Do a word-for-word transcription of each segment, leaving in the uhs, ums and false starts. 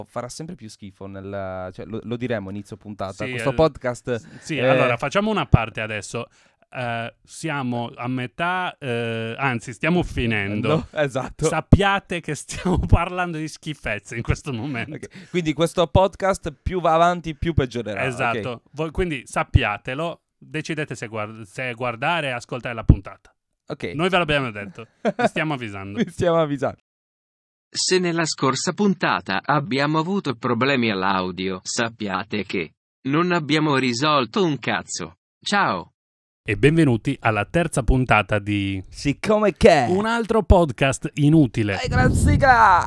farà sempre più schifo nel, cioè, lo, lo diremo inizio puntata. Sì, Questo eh, podcast Sì, eh, allora facciamo una parte adesso. Eh, siamo a metà, eh, anzi stiamo finendo. no, esatto. Sappiate che stiamo parlando di schifezze in questo momento. Okay. Quindi questo podcast più va avanti più peggiorerà. Esatto. Okay. Voi, quindi sappiatelo, decidete se, guard- se guardare e ascoltare la puntata. Ok. Noi ve l'abbiamo detto, vi stiamo avvisando. Vi stiamo avvisando. Se nella scorsa puntata abbiamo avuto problemi all'audio, sappiate che non abbiamo risolto un cazzo. Ciao! E benvenuti alla terza puntata di Siccome che un altro podcast inutile. Ehi, gran sigla!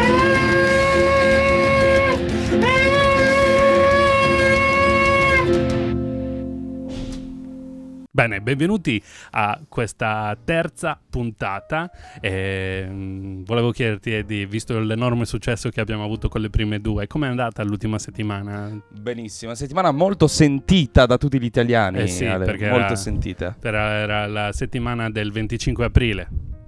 Bene, benvenuti a questa terza puntata. E, mh, volevo chiederti, Eddie, visto l'enorme successo che abbiamo avuto con le prime due, com'è andata l'ultima settimana? Benissimo, una settimana molto sentita da tutti gli italiani. Eh sì, Ale, perché molto era- sentita. Era, era la settimana del venticinque aprile.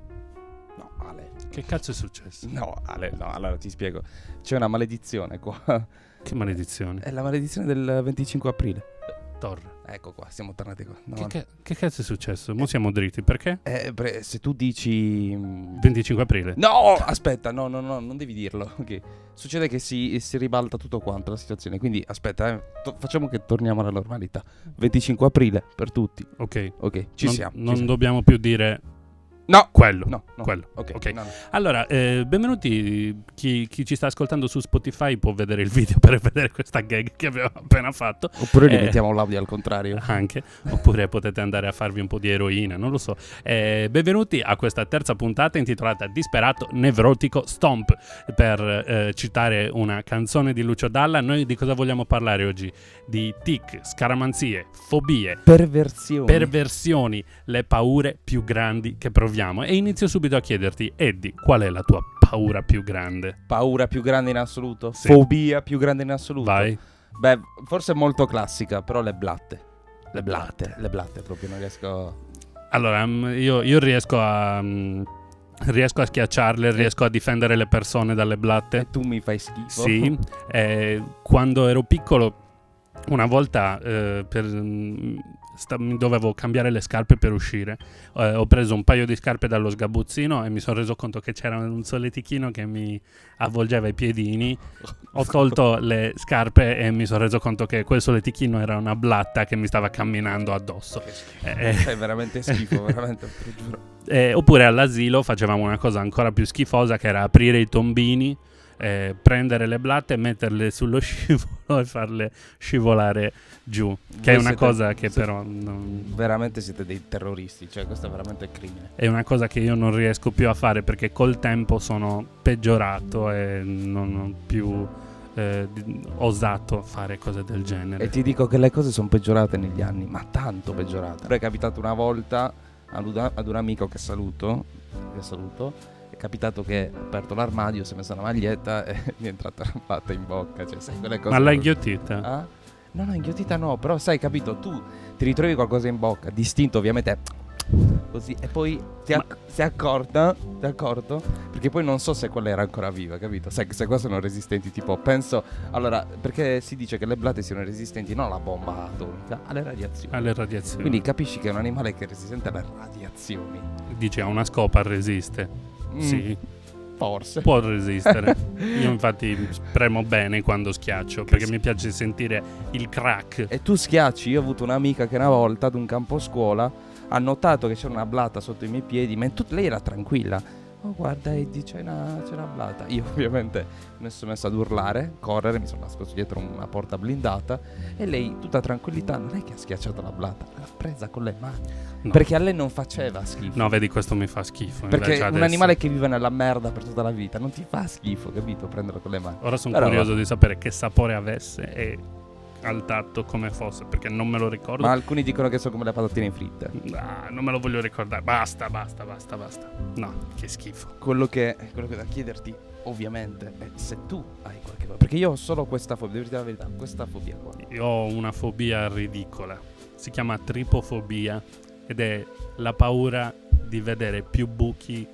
No, Ale. Che cazzo è successo? No, Ale, no, allora ti spiego. C'è una maledizione qua. Che maledizione. È la maledizione del venticinque aprile. Torre. Ecco qua, siamo tornati qua. No, Che, no. che, che cazzo è successo? Mo siamo dritti, perché? Eh, pre- se tu dici mm, venticinque aprile. no, aspetta, no, no, no, non devi dirlo. Ok. Succede che si, si ribalta tutto quanto la situazione. Quindi aspetta, eh, to- facciamo che torniamo alla normalità. venticinque aprile per tutti. Ok. Ok, ci non, siamo. ci Non siamo. dobbiamo più dire No, quello. no, no. Quello. Ok, Ok. no, no. Allora, eh, benvenuti. Chi, chi ci sta ascoltando su Spotify può vedere il video per vedere questa gag che abbiamo appena fatto. Oppure Eh, rimettiamo l'audio al contrario. Anche, oppure potete andare a farvi un po' di eroina, non lo so. Eh, benvenuti a questa terza puntata intitolata Disperato Nevrotico Stomp. Per eh, citare una canzone di Lucio Dalla, noi di cosa vogliamo parlare oggi? Di tic, scaramanzie, fobie, Perversione. perversioni, le paure più grandi che proviamo. E inizio subito a chiederti, Eddie, qual è la tua paura più grande? Paura più grande in assoluto? Sì. Fobia più grande in assoluto? Vai. Beh, forse è molto classica, però le blatte. Le blatte, le blatte proprio non riesco. Allora, mm, io, io riesco a... mm, riesco a schiacciarle, riesco a difendere le persone dalle blatte. Tu mi fai schifo. Sì, eh, quando ero piccolo, una volta eh, per, mm, sta- mi dovevo cambiare le scarpe per uscire. Eh, ho preso un paio di scarpe dallo sgabuzzino e mi sono reso conto che c'era un solletichino che mi avvolgeva i piedini. Ho tolto le scarpe e mi sono reso conto che quel solletichino era una blatta che mi stava camminando addosso. Che schifo. Eh, Fai veramente schifo, veramente, te lo giuro. Eh, oppure all'asilo facevamo una cosa ancora più schifosa, che era aprire i tombini, eh, prendere le blatte, metterle sullo scivolo e farle scivolare giù. Che Voi è una siete- cosa che siete- però non- Veramente siete dei terroristi, cioè questo è veramente crimine. è una cosa che io non riesco più a fare, perché col tempo sono peggiorato e non ho più eh, di- osato fare cose del genere. E ti dico che le cose sono peggiorate negli anni, ma tanto peggiorate. È capitato una volta ad un, ad un amico che saluto, che saluto, è capitato che ha aperto l'armadio, si è messa una maglietta e mi è entrata una blatta in bocca, cioè sai quelle cose. Ma l'hai proprio- inghiottita? Ah? No, no, inghiottita no, però sai, capito, tu ti ritrovi qualcosa in bocca, distinto ovviamente, così, e poi ti, acc- si è accorta, ti è accorto, perché poi non so se quella era ancora viva, capito? Sai che se qua sono resistenti, tipo, penso, allora, perché si dice che le blatte siano resistenti non alla bomba atomica, alle radiazioni. Alle radiazioni. Quindi capisci che è un animale che è resistente alle radiazioni. Dici, a una scopa resiste. Mm, Sì. Forse. Può resistere. Io infatti spremo bene quando schiaccio, perché mi piace sentire il crack. E tu schiacci, io ho avuto un'amica che una volta ad un campo scuola ha notato che c'era una blatta sotto i miei piedi, ma in tut- lei era tranquilla. Oh guarda Eddie, c'è una, c'è una blatta. Io ovviamente mi sono messo ad urlare, correre, mi sono nascosto dietro una porta blindata e lei, tutta tranquillità, non è che ha schiacciato la blatta, l'ha presa con le mani. No. Perché a lei non faceva schifo. No, vedi, questo mi fa schifo. Perché invece un adesso- animale che vive nella merda per tutta la vita non ti fa schifo, capito? Prenderlo con le mani. Ora sono Però curioso va. di sapere che sapore avesse e al tatto come fosse, perché non me lo ricordo. Ma alcuni dicono che sono come le patatine fritte. Ah, non me lo voglio ricordare. Basta, basta, basta, basta. No, che schifo. Quello che, quello che da chiederti, ovviamente, è se tu hai qualche fobia. Perché io ho solo questa fobia, devo dire la verità, questa fobia qua. Io ho una fobia ridicola. Si chiama tripofobia ed è la paura di vedere più buchi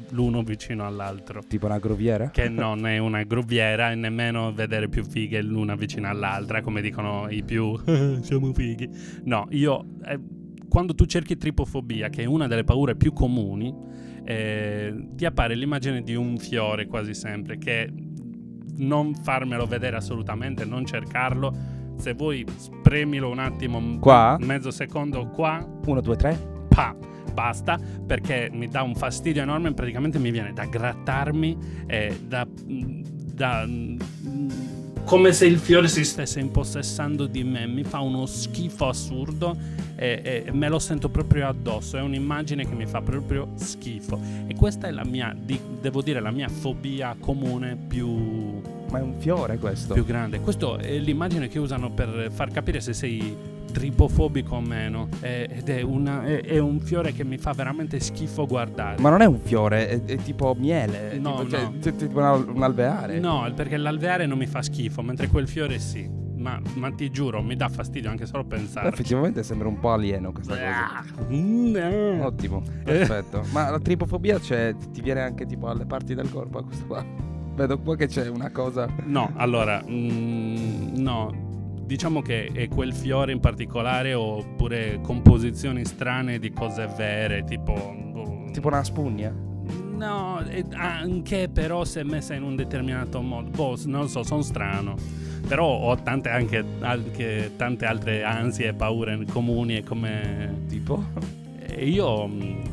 l'uno vicino all'altro. Tipo una groviera? Che non è una groviera e nemmeno vedere più fighe l'una vicino all'altra, come dicono i più siamo fighi. No, io eh, quando tu cerchi tripofobia, che è una delle paure più comuni, eh, ti appare l'immagine di un fiore quasi sempre, che non farmelo vedere assolutamente, non cercarlo. Se vuoi spremilo un attimo, qua? Mezzo secondo qua. Uno, due, tre. Pa, basta, perché mi dà un fastidio enorme. Praticamente mi viene da grattarmi, eh, da, da come se il fiore si stesse impossessando di me. Mi fa uno schifo assurdo e, e me lo sento proprio addosso. È un'immagine che mi fa proprio schifo. E questa è la mia, di, devo dire, la mia fobia comune più... Ma è un fiore questo? Più grande. Questo è l'immagine che usano per far capire se sei tripofobico o meno. È, ed è, una, è, è un fiore che mi fa veramente schifo guardare. Ma non è un fiore, è, è tipo miele. È No, tipo, cioè, no. è tipo una- un alveare. No, perché l'alveare non mi fa schifo, mentre quel fiore sì. Ma, ma ti giuro, mi dà fastidio anche solo Però pensare. effettivamente sembra un po' alieno questa cosa. No. Ottimo, perfetto. Ma la tripofobia c'è, ti viene anche tipo alle parti del corpo questo qua? Vedo qua che c'è una cosa. No, allora, mm, no. Diciamo che è quel fiore in particolare, oppure composizioni strane di cose vere, tipo... boh, Tipo una spugna. No, e anche però se messa in un determinato modo. Boh, non lo so, sono strano. Però ho tante anche, anche tante altre ansie e paure comuni e come... Tipo? E io mh,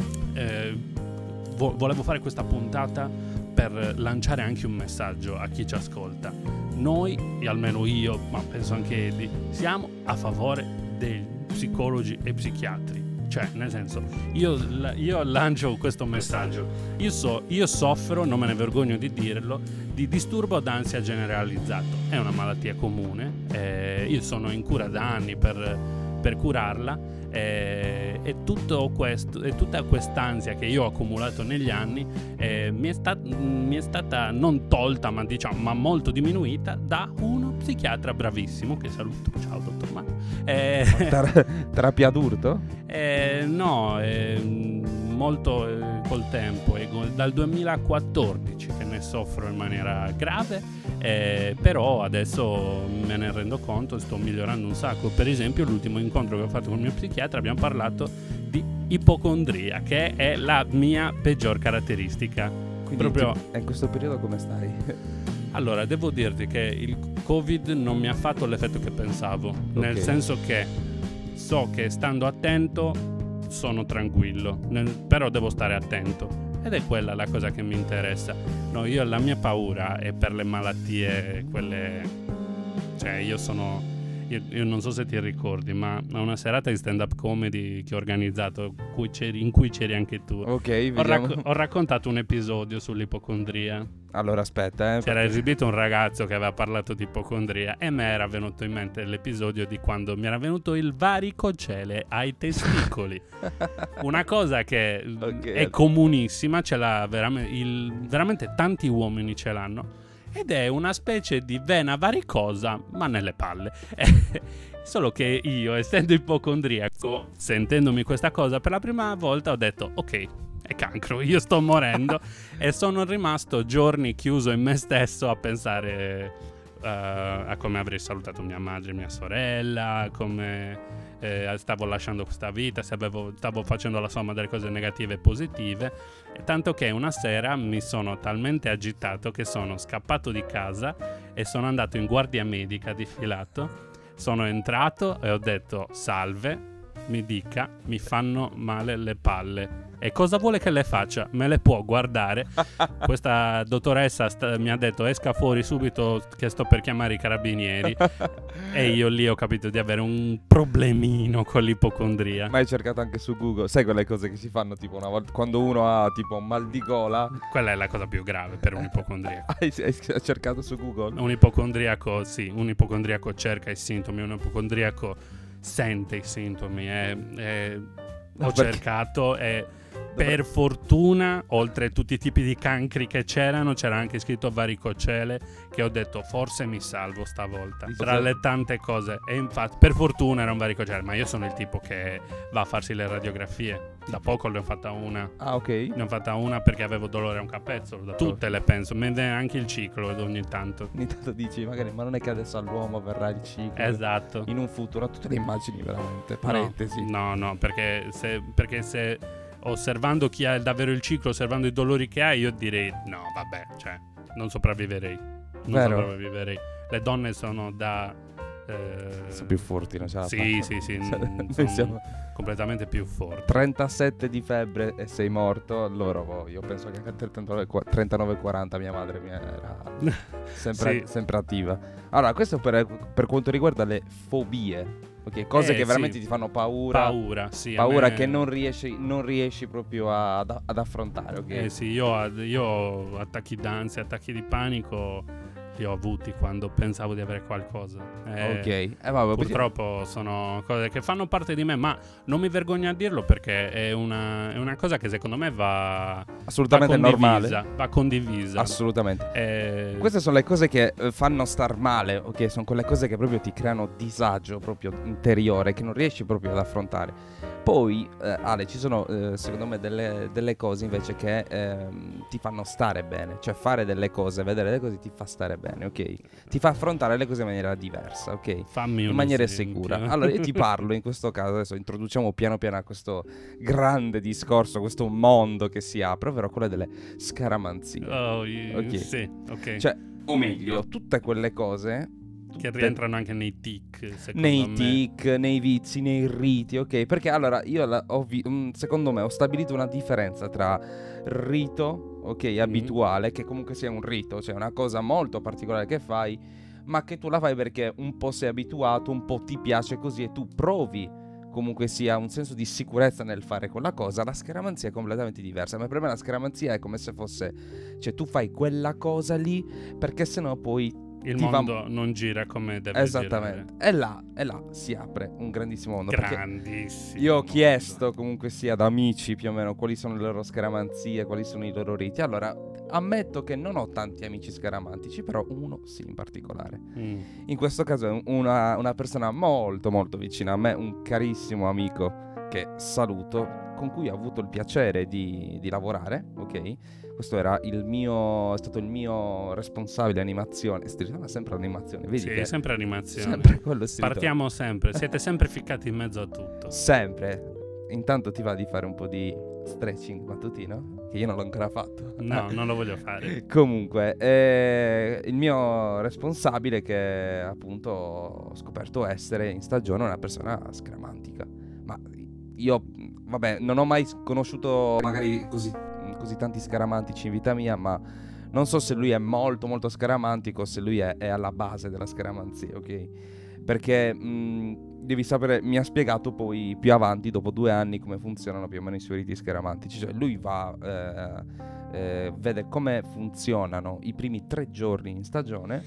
eh, vo- volevo fare questa puntata per lanciare anche un messaggio a chi ci ascolta. Noi, e almeno io, ma penso anche Eddie, siamo a favore dei psicologi e psichiatri. Cioè, nel senso, io, io lancio questo messaggio. Io, so, io soffro, non me ne vergogno di dirlo, di disturbo d'ansia generalizzato. È una malattia comune. Eh, io sono in cura da anni per, per curarla. Eh, e, tutto questo, e tutta quest'ansia che io ho accumulato negli anni eh, mi, è sta- mi è stata non tolta, ma diciamo ma molto diminuita da uno psichiatra bravissimo, che saluto. Ciao dottor Mano. Eh, Ter- terapia d'urto? eh, no, eh, molto eh, col tempo, è go- dal duemilaquattordici che ne soffro in maniera grave. Eh, però adesso me ne rendo conto, sto migliorando un sacco. Per esempio, l'ultimo incontro che ho fatto con il mio psichiatra abbiamo parlato di ipocondria, che è la mia peggior caratteristica. Quindi Proprio... tipo, in questo periodo come stai? Allora, devo dirti che il Covid non mi ha fatto l'effetto che pensavo, nel Ok. senso che so che stando attento sono tranquillo, nel- però devo stare attento. Ed è quella la cosa che mi interessa. No, io la mia paura è per le malattie, quelle... Cioè, io sono... Io, io non so se ti ricordi, ma a una serata di stand-up comedy che ho organizzato, cui c'eri- in cui c'eri anche tu, Ok, ho, vediamo. racco- ho raccontato un episodio sull'ipocondria. Allora aspetta, eh. Si era perché- esibito un ragazzo che aveva parlato di ipocondria e mi era venuto in mente l'episodio di quando mi era venuto il varicocele ai testicoli. Una cosa che Ok. è comunissima, ce l'ha veramente, il, veramente tanti uomini ce l'hanno, ed è una specie di vena varicosa ma nelle palle. Solo che io, essendo ipocondriaco, sentendomi questa cosa per la prima volta, ho detto ok, è cancro, io sto morendo. E sono rimasto giorni chiuso in me stesso a pensare uh, a come avrei salutato mia madre e mia sorella, come eh, stavo lasciando questa vita, se avevo, stavo facendo la somma delle cose negative e positive. E tanto che una sera mi sono talmente agitato che sono scappato di casa e sono andato in guardia medica difilato. Sono entrato e ho detto salve, mi dica, mi fanno male le palle. E cosa vuole che le faccia? Me le può guardare? Questa dottoressa sta- mi ha detto esca fuori subito che sto per chiamare i carabinieri. E io lì ho capito di avere un problemino con l'ipocondria. Ma hai cercato anche su Google, sai quelle cose che si fanno tipo una volta quando uno ha tipo un mal di gola? Quella è la cosa più grave per un ipocondriaco. Hai, hai cercato su Google? Un ipocondriaco, sì, un ipocondriaco cerca i sintomi, un ipocondriaco sente i sintomi. E, e ho No, perché- cercato e Per fortuna, oltre a tutti i tipi di cancri che c'erano, c'era anche scritto varicocele, che ho detto forse mi salvo stavolta, tra le tante cose. E infatti, per fortuna era un varicocele, ma io sono il tipo che va a farsi le radiografie. Da poco ne ho fatta una. Ah, ok. Ne ho fatta una perché avevo dolore a un capezzolo. Da tutte le penso, me ne anche il ciclo ogni tanto. Ogni tanto dici, magari, ma non è che adesso all'uomo verrà il ciclo. Esatto. In un futuro, tu te le immagini veramente. Parentesi. No, no, no, perché se... Perché se osservando chi ha davvero il ciclo, osservando i dolori che ha, io direi no, vabbè, cioè non sopravviverei. Non Vero. sopravviverei. Le donne sono da eh, sono più forti, non ce la Sì, faccio. sì, sì, Cioè, n- noi sono siamo completamente più forti. trentasette di febbre e sei morto. Loro, boh, io penso che a trentanove quaranta mia madre mi era sempre, Sì. sempre attiva. Allora, questo per, per quanto riguarda le fobie. Ok, cose Eh, che veramente sì. ti fanno paura. Paura, sì. a Paura me- che non riesci, non riesci proprio ad, ad affrontare, ok? Eh sì, io, ho- io ho attacchi d'ansia, attacchi di panico li ho avuti quando pensavo di avere qualcosa. Eh, Ok, eh, vabbè, Purtroppo sono cose che fanno parte di me, ma non mi vergogno a dirlo perché è una, è una cosa che secondo me va, assolutamente va condivisa, normale. va condivisa. Assolutamente. Eh, Queste sono le cose che eh, fanno star male, ok? Sono quelle cose che proprio ti creano disagio proprio interiore, che non riesci proprio ad affrontare. Poi, eh, Ale, ci sono eh, secondo me delle, delle cose invece che ehm, ti fanno stare bene. Cioè fare delle cose, vedere delle cose ti fa stare bene, ok? Ti fa affrontare le cose in maniera diversa, ok? fammi In un maniera esempio. sicura. Allora io ti parlo in questo caso, adesso introduciamo piano piano a questo grande discorso, questo mondo che si apre, ovvero quello delle scaramanzie. Oh, i- Ok. sì, ok. Cioè, o meglio, tutte quelle cose che rientrano anche nei tic, secondo nei me. tic, nei vizi, nei riti, ok? Perché allora io la- ho vi- mm, secondo me ho stabilito una differenza tra rito, ok, Mm. abituale, che comunque sia un rito, cioè una cosa molto particolare che fai, ma che tu la fai perché un po' sei abituato, un po' ti piace così e tu provi comunque sia un senso di sicurezza nel fare quella cosa. La scaramanzia è completamente diversa, ma per me la scaramanzia è come se fosse, cioè tu fai quella cosa lì perché sennò poi Il ti va- mondo non gira come deve esattamente, e là, e là si apre un grandissimo mondo. girare. Perché Grandissimo. io ho mondo. chiesto comunque sia ad amici più o meno quali sono le loro scaramanzie, quali sono i loro riti. Allora, ammetto che non ho tanti amici scaramantici, però uno sì in particolare. Mm. In questo caso è una, una persona molto molto vicina a me, un carissimo amico che saluto, con cui ho avuto il piacere di, di lavorare, ok? Questo era il mio, è stato il mio responsabile animazione. Si ritorna sempre all'animazione, vedi Sì, che sempre animazione. sempre quello si ritorna. Partiamo sempre, siete sempre ficcati in mezzo a tutto. Sempre. Intanto ti va di fare un po' di stretching mattutino? Che io non l'ho ancora fatto. No, non lo voglio fare. Comunque, eh, il mio responsabile, che appunto ho scoperto essere in stagione una persona scaramantica. Ma io, vabbè, non ho mai conosciuto magari così, così tanti scaramantici in vita mia, ma non so se lui è molto molto scaramantico o se lui è, è alla base della scaramanzia, ok? Perché mh, devi sapere, mi ha spiegato poi più avanti, dopo due anni, come funzionano più o meno i suoi riti scaramantici. Cioè lui va, eh, eh, vede come funzionano i primi tre giorni in stagione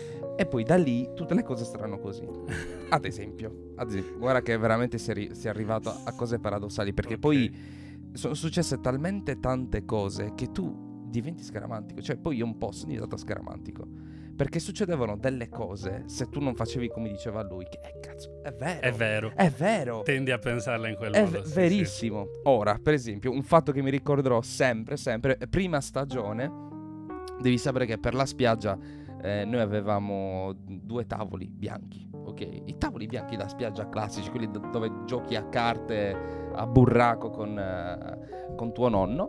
e poi da lì tutte le cose saranno così. Ad esempio, ad esempio guarda che veramente si è, ri- si è arrivato a cose paradossali, perché Ok. poi sono successe talmente tante cose che tu diventi scaramantico. Cioè poi io un po' sono diventato scaramantico, perché succedevano delle cose se tu non facevi come diceva lui, che eh, cazzo, è vero, È vero. è vero, Tendi a pensarla in quel è modo. v- sì, sì. verissimo. Ora, per esempio, un fatto che mi ricorderò sempre, sempre, prima stagione, devi sapere che per la spiaggia eh, noi avevamo due tavoli bianchi, ok? I tavoli bianchi da spiaggia classici, quelli do- dove giochi a carte, a burraco con, eh, con tuo nonno.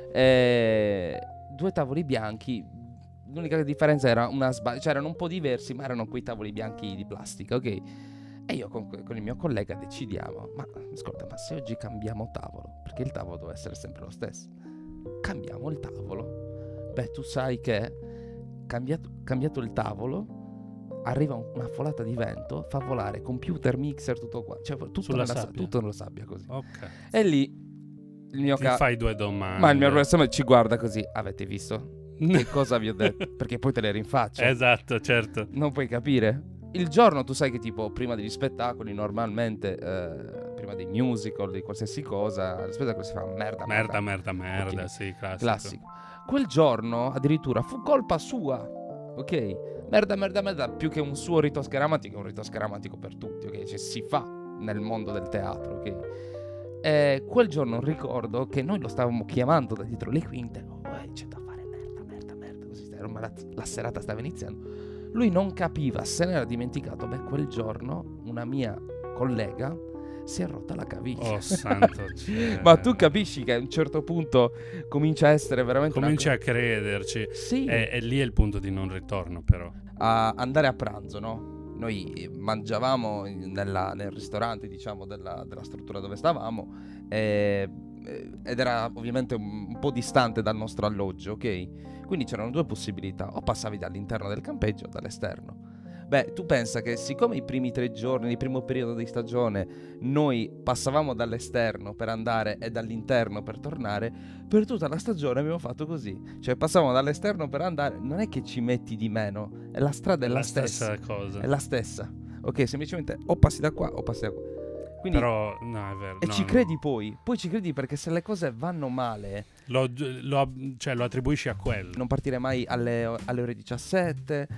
Eh, due tavoli bianchi, l'unica differenza era una sbaglia, cioè erano un po' diversi, ma erano quei tavoli bianchi di plastica, ok? E io con, con il mio collega decidiamo, ma ascolta, ma se oggi cambiamo tavolo, perché il tavolo deve essere sempre lo stesso, cambiamo il tavolo. Beh, tu sai che cambiato, cambiato il tavolo, arriva un- una folata di vento, fa volare computer, mixer, tutto qua, cioè tutto Sulla nella sa- sabbia. tutto nello sabbia così. Ok. E lì il mio Ti ca- fai due domande. ma il mio professore ci guarda così, avete visto? Che cosa vi ho detto? Perché poi te le rinfaccia. Esatto, certo. Non puoi capire. Il giorno tu sai che tipo prima degli spettacoli normalmente eh, prima dei musical, di qualsiasi cosa, lo spettacolo si fa merda, Merda, merda, merda, Ok. sì, classico. classico. Quel giorno addirittura fu colpa sua, ok? Merda, merda, merda, più che un suo rito scaramantico, è un rito scaramantico per tutti, ok? Cioè si fa nel mondo del teatro, ok? E quel giorno ricordo che noi lo stavamo chiamando da dietro le quinte, oh, eh, c'è da fare merda, merda, merda, così sta- ormai la, la serata stava iniziando. Lui non capiva, se ne era dimenticato, beh, quel giorno una mia collega si è rotta la caviglia. Oh santo cielo. Ma tu capisci che a un certo punto comincia a essere veramente una Cominci co- a crederci. Sì, E, e lì è il punto di non ritorno, però. a andare a pranzo, no? Noi mangiavamo nella- nel ristorante, diciamo, della, della struttura dove stavamo, e- ed era ovviamente un, un po' distante dal nostro alloggio, ok? Quindi c'erano due possibilità: o passavi dall'interno del campeggio o dall'esterno. Beh, tu pensa che siccome i primi tre giorni, il primo periodo di stagione, noi passavamo dall'esterno per andare e dall'interno per tornare, per tutta la stagione abbiamo fatto così. Cioè passavamo dall'esterno per andare, non è che ci metti di meno, è la strada è la, la stessa. stessa cosa. È la stessa. Ok, semplicemente o passi da qua o passi da qua. Quindi, Però, no, è vero. e no, ci no. credi poi. Poi ci credi perché se le cose vanno male, Lo, lo- cioè, lo attribuisci a quello. non partire mai alle, alle ore diciassette.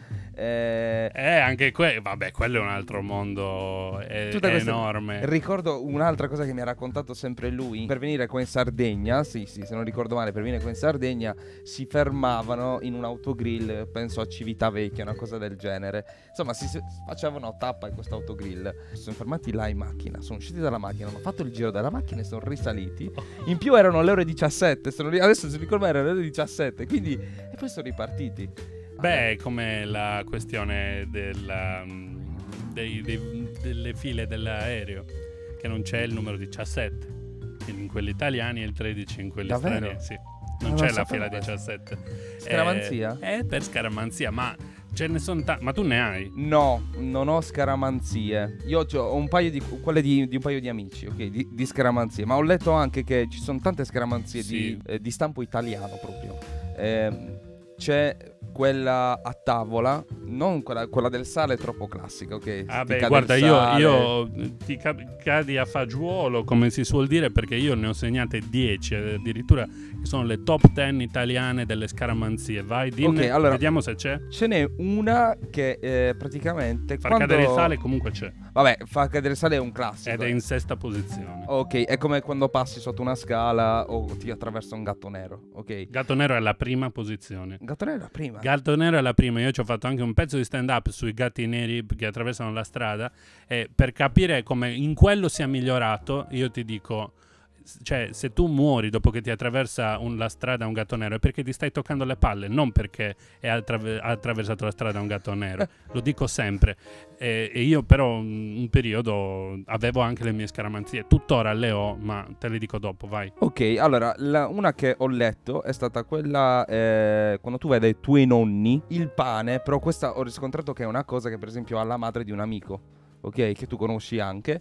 Eh, Eh, anche quello. Vabbè, quello è un altro mondo. È, Tutte è queste- enorme. Ricordo un'altra cosa che mi ha raccontato sempre lui. Per venire qua in Sardegna, sì, sì, se non ricordo male, per venire qua in Sardegna si fermavano in un autogrill, penso a Civitavecchia, una cosa del genere. Insomma, si si facevano tappa in questo autogrill. Si sono fermati là in macchina, sono usciti dalla macchina, hanno fatto il giro della macchina e sono risaliti. In più erano le ore diciassette, sono ri- adesso se ricordo erano le ore diciassette, quindi e poi sono ripartiti. Beh, è come la questione della, mm, dei- dei- delle file dell'aereo, che non c'è il numero diciassette in quelli italiani e il tredici in quelli Davvero? stranieri. Sì. Non Non c'è lo la sapevo fila questo. diciassette. Scaramanzia? È per scaramanzia, ma ce ne sono tanti. Ma tu ne hai? No, non ho scaramanzie. Io ho un paio di quelle di, di un paio di amici, ok, di, di scaramanzie. Ma ho letto anche che ci sono tante scaramanzie Sì. di, eh, di stampo italiano proprio. Ehm, c'è quella a tavola, non quella, quella del sale, è troppo classica, ok? Ah Ti beh, cade guarda, il io, sale. io ti ca- cadi a fagiolo, come si suol dire, perché io ne ho segnate dieci, addirittura che sono le top dieci italiane delle scaramanzie. Vai, dimmi, Ok, allora- vediamo se c'è. Ce n'è una che eh, praticamente Far quando... cadere il sale comunque c'è, Vabbè, far cadere il sale è un classico. ed è eh. in sesta posizione. Ok, è come quando passi sotto una scala o ti attraversa un gatto nero, ok? Gatto nero è la prima posizione. Gatto nero è la prima. Gatto nero è la prima. Io ci ho fatto anche un pezzo di stand up sui gatti neri che attraversano la strada, e per capire come in quello sia migliorato, io ti dico, cioè, se tu muori dopo che ti attraversa un- la strada un gatto nero è perché ti stai toccando le palle, non perché è attraver- ha attraversato la strada un gatto nero. Lo dico sempre. E, e io però un, un periodo avevo anche le mie scaramanzie, tuttora le ho, ma te le dico dopo, vai. Ok, allora, la- una che ho letto è stata quella eh, quando tu vai dai tuoi nonni, il pane, però questa ho riscontrato che è una cosa che per esempio ha la madre di un amico, ok, che tu conosci anche,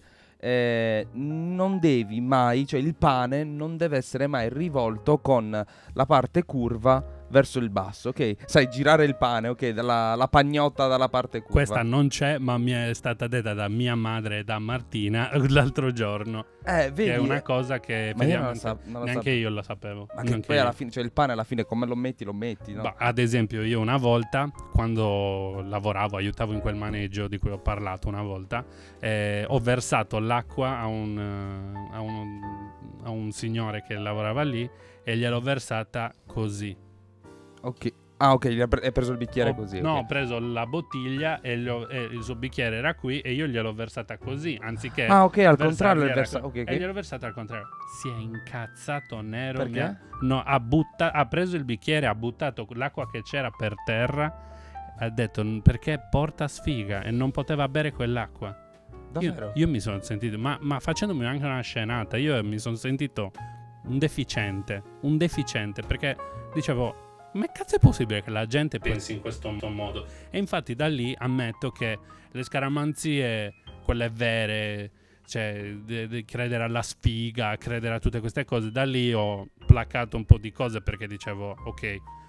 eh, non devi mai, cioè il pane non deve essere mai rivolto con la parte curva verso il basso, ok? Sai, girare il pane, ok, dalla, la pagnotta dalla parte curva. Questa non c'è, ma mi è stata detta da mia madre e da Martina l'altro giorno. eh, vedi, Che è una cosa che ma io non la effettivamente sa- non la neanche sapevo. io la sapevo. Ma che Neanche poi io. alla fine, cioè il pane alla fine come lo metti, lo metti, no? Bah, ad esempio, io una volta, quando lavoravo, aiutavo in quel maneggio di cui ho parlato una volta, eh, ho versato l'acqua a un, eh, a, un, a un signore che lavorava lì e gliel'ho versata così. Ok. Ah, ok, gli ha pre- hai preso il bicchiere Ho- così. no, ok. ho preso la bottiglia e, gli ho- e il suo bicchiere era qui e io gliel'ho versata così, anziché Ah, ok, al versargli contrario il era versa- co- ok, ok. E gliel'ho versata al contrario. Si è incazzato nero. Perché? mi ha- no, ha, butta- ha preso il bicchiere, ha buttato l'acqua che c'era per terra. Ha detto "N- perché porta sfiga e non poteva bere quell'acqua. Davvero? Io, io mi sono sentito, ma, ma facendomi anche una scenata, io mi sono sentito un deficiente. Un deficiente perché dicevo. Ma cazzo è possibile che la gente pensi in questo modo? E infatti da lì ammetto che le scaramanzie, quelle vere, cioè de- de- credere alla sfiga, credere a tutte queste cose, da lì ho placato un po' di cose perché dicevo ok,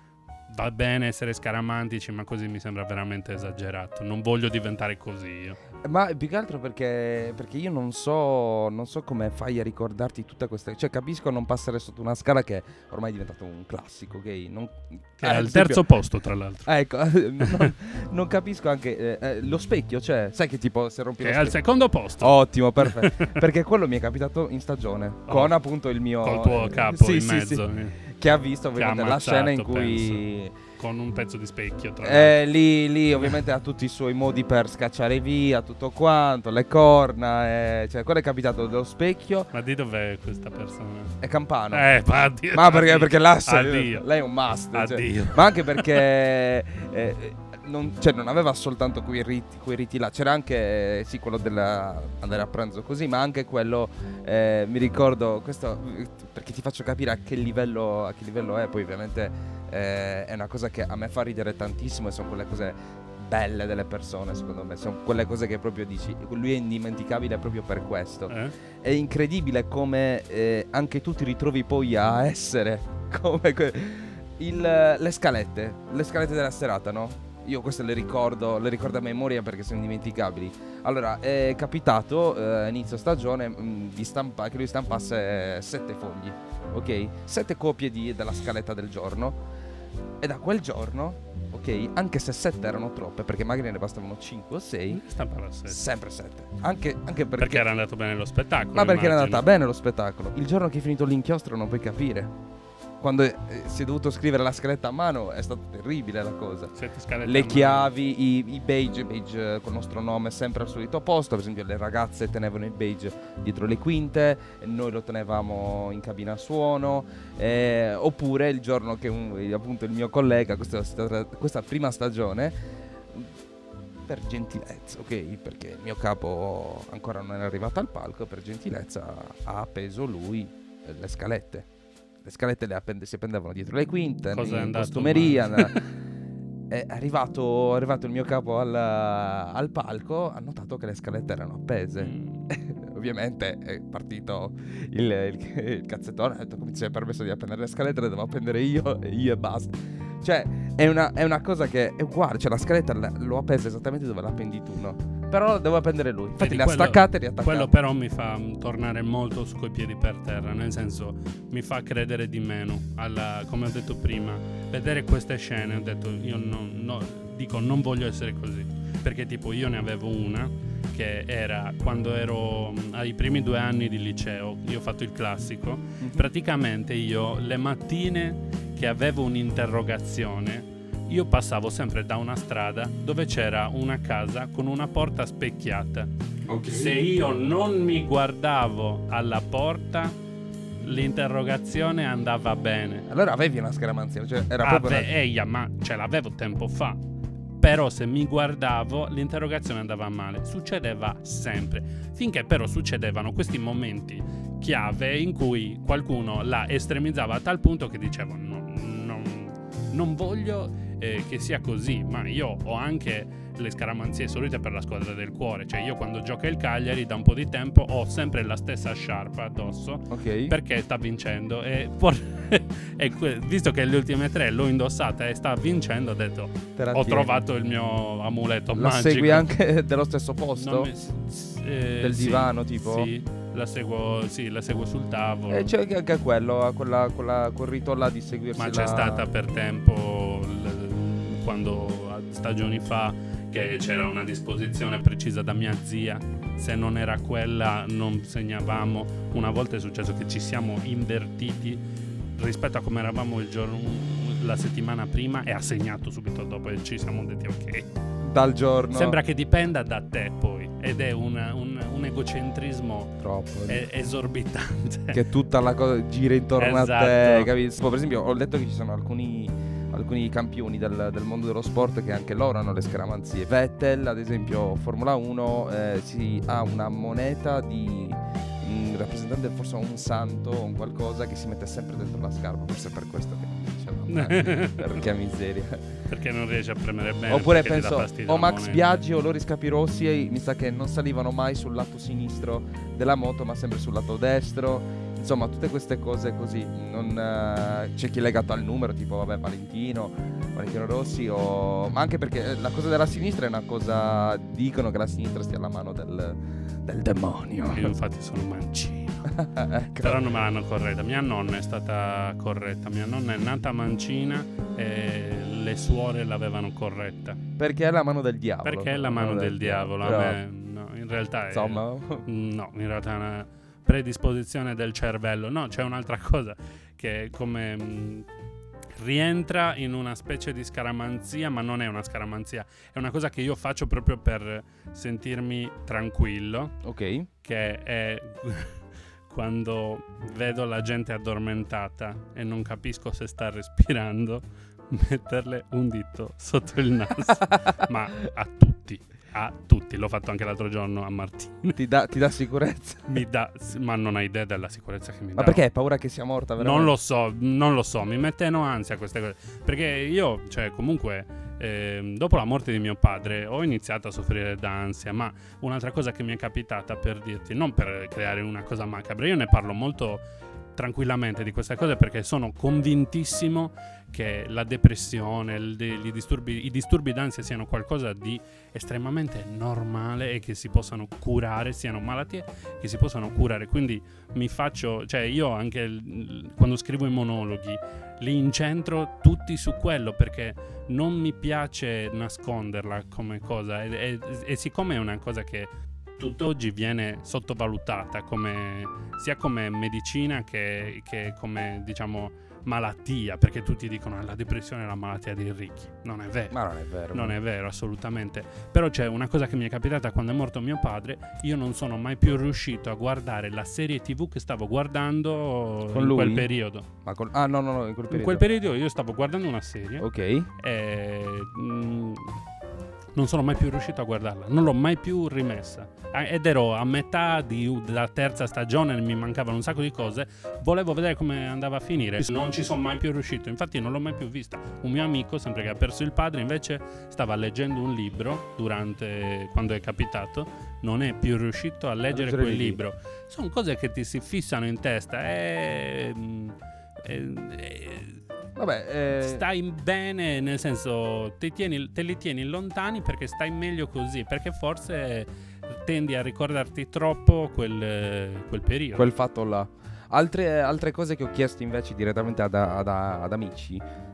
va bene essere scaramantici, ma così mi sembra veramente esagerato. Non voglio diventare così io. Ma più che altro perché, perché io non so, non so come fai a ricordarti tutte queste. Cioè, capisco non passare sotto una scala che ormai è diventato un classico, ok? Non, Che eh, è al ad esempio- terzo posto, tra l'altro. Ecco, non, non capisco anche eh, eh, lo specchio, cioè, sai che tipo se rompi Che lo è al specchio. secondo posto. Ottimo, perfetto. Perché quello mi è capitato in stagione Oh, con appunto il mio Col tuo eh, capo sì, in sì, mezzo. sì, eh. che ha visto Che ha ovviamente la scena in ammazzato, cui Con un pezzo di specchio, tra l'altro. eh, lì, lì ovviamente ha tutti i suoi modi per scacciare via tutto quanto, le corna, eh, cioè quello è capitato dello specchio. Ma di dov'è questa persona? È Campano. Eh, ma addio. Ma perché, addio. perché là sei- Addio. lei è un must. cioè. Addio. Ma anche perché eh, non, cioè, non aveva soltanto quei riti, quei riti là, c'era anche eh, sì quello dell'andare a pranzo così, ma anche quello, eh, mi ricordo, questo eh, perché ti faccio capire a che livello, a che livello è, poi ovviamente eh, è una cosa che a me fa ridere tantissimo e sono quelle cose belle delle persone, secondo me, sono quelle cose che proprio dici, lui è indimenticabile proprio per questo. Eh? È incredibile come eh, anche tu ti ritrovi poi a essere come que- il, le scalette, le scalette della serata, no? Io queste le ricordo, le ricordo a memoria perché sono indimenticabili. Allora, è capitato eh, inizio stagione mh, di stampa- che lui stampasse sette fogli, ok? Sette copie di- della scaletta del giorno. E da quel giorno, ok, anche se sette erano troppe, perché magari ne bastavano cinque o sei, Stampa la sesta. sempre sette. Anche, anche perché... Perché era andato bene lo spettacolo. Ma perché era immagino. andata bene lo spettacolo. Il giorno che è finito l'inchiostro non puoi capire. Quando eh, si è dovuto scrivere la scaletta a mano è stata terribile la cosa. Sette scalette Le a mano. chiavi, i, i badge, badge eh, col nostro nome sempre al solito posto. Per esempio le ragazze tenevano il badge dietro le quinte, e noi lo tenevamo in cabina suono. eh, Oppure il giorno che un- appunto il mio collega, questa, questa prima stagione, per gentilezza, ok? Perché il mio capo ancora non era arrivato al palco, per gentilezza ha appeso lui eh, le scalette. Le scalette le appende- si appendevano dietro le quinte, Cosa è in andato costumeria. male? È arrivato, è arrivato il mio capo al, al palco, ha notato che le scalette erano appese. Mm. Ovviamente è partito il, il, il cazzettone, ha detto come ti sei permesso di appendere le scalette, le devo appendere io e io e basta. Cioè è una, è una cosa che è uguale, cioè la scaletta la- l'ho appesa esattamente dove la appendi tu, no? Però la devo appendere lui. Infatti Vedi, le ha quello- staccate e riattaccate. Quello però mi fa mm, tornare molto su coi piedi per terra, nel senso mi fa credere di meno alla, come ho detto prima, vedere queste scene ho detto io non, no, dico non voglio essere così, perché tipo io ne avevo una che era quando ero mm, ai primi due anni di liceo, io ho fatto il classico, Mhm. praticamente io le mattine che avevo un'interrogazione io passavo sempre da una strada dove c'era una casa con una porta specchiata. Se io non mi guardavo alla porta, l'interrogazione andava bene. Allora avevi una scaramanzia, cioè era proprio Ave- una... eia, ma ce l'avevo tempo fa. Però se mi guardavo, l'interrogazione andava male. Succedeva sempre. Finché però succedevano questi momenti chiave in cui qualcuno la estremizzava a tal punto che dicevo no, non, non voglio eh, che sia così, ma io ho anche le scaramanzie solite per la squadra del cuore, cioè io quando gioca il Cagliari da un po' di tempo ho sempre la stessa sciarpa addosso Ok. perché sta vincendo e, por- e que- visto che le ultime tre l'ho indossata e sta vincendo ho detto Te la ho tieni. trovato il mio amuleto La magico. segui anche dello stesso posto? Non mi- s- s- eh, Del sì, divano, tipo? Sì, la seguo, sì, la seguo sul tavolo. E c'è anche quello, ha quella, quella, quel rito là di seguirsi Ma c'è la- stata per tempo l- quando a stagioni fa che c'era una disposizione precisa da mia zia, se non era quella non segnavamo. Una volta è successo che ci siamo invertiti rispetto a come eravamo il giorno la settimana prima e ha segnato subito dopo e ci siamo detti ok. dal giorno. Sembra che dipenda da te poi ed è un, un, un egocentrismo troppo. e- esorbitante. Che tutta la cosa gira intorno a Esatto. te, capisco? Per esempio, ho letto che ci sono alcuni alcuni campioni del, del mondo dello sport che anche loro hanno le scaramanzie. Vettel, ad esempio, Formula uno, eh, si ha una moneta di un rappresentante, forse un santo o un qualcosa che si mette sempre dentro la scarpa, forse per questo che non dice, perché miseria. Perché non riesce a premere bene. Oppure perché ti dà penso fastidio o la Max moneta. Biaggi o Loris Capirossi, e mi sa che non salivano mai sul lato sinistro della moto ma sempre sul lato destro. insomma tutte queste cose così. Non, eh, c'è chi è legato al numero, tipo vabbè Valentino, Valentino Rossi, o... ma anche perché la cosa della sinistra è una cosa, dicono che la sinistra stia alla mano del, del demonio. Io infatti sono mancino. Ecco. Però non me l'hanno corretta. Mia nonna è stata corretta. Mia nonna è nata mancina e le suore l'avevano corretta. Perché è la mano del diavolo. Perché è la mano del diavolo. A Però, me, no, in realtà è, insomma, no, in realtà è una predisposizione del cervello. No, c'è un'altra cosa che come mh, rientra in una specie di scaramanzia, ma non è una scaramanzia, è una cosa che io faccio proprio per sentirmi tranquillo, ok. che è quando vedo la gente addormentata e non capisco se sta respirando, metterle un dito sotto il naso, ma a tutti, a tutti. L'ho fatto anche l'altro giorno a Martina. Ti dà, ti dà sicurezza? Mi dà, ma non hai idea della sicurezza che mi dà. Ma perché hai paura che sia morta veramente? Non lo so, non lo so, mi mettono ansia queste cose. Perché io, cioè, comunque, eh, dopo la morte di mio padre ho iniziato a soffrire d'ansia. Ma un'altra cosa che mi è capitata, per dirti, non per creare una cosa macabra, io ne parlo molto tranquillamente di queste cose perché sono convintissimo che la depressione, il, i, disturbi, i disturbi d'ansia siano qualcosa di estremamente normale e che si possano curare, siano malattie che si possano curare. Quindi mi faccio, cioè io anche il, quando scrivo i monologhi li incentro tutti su quello perché non mi piace nasconderla come cosa e, e, e siccome è una cosa che tutt'oggi viene sottovalutata come, sia come medicina che, che come, diciamo, malattia, perché tutti dicono che la depressione è la malattia dei ricchi. Non è vero. Ma non è vero. Non è vero, assolutamente. Però c'è una cosa che mi è capitata quando è morto mio padre. Io non sono mai più riuscito a guardare la serie tv che stavo guardando con in lui? quel periodo. Ma con... Ah no no no, in quel periodo. In quel periodo io stavo guardando una serie. Ok. E... Mh, non sono mai più riuscito a guardarla, non l'ho mai più rimessa ed ero a metà di, della terza stagione, mi mancavano un sacco di cose, volevo vedere come andava a finire, non ci sono mai più riuscito, infatti non l'ho mai più vista. Un mio amico, sempre che ha perso il padre, invece stava leggendo un libro durante, quando è capitato, non è più riuscito a leggere quel libro. Sono cose che ti si fissano in testa e... e, e Vabbè, eh... stai bene, nel senso ti tieni, te li tieni lontani perché stai meglio così, perché forse tendi a ricordarti troppo quel, quel periodo, quel fatto là. Altre, altre cose che ho chiesto invece direttamente ad, ad, ad amici,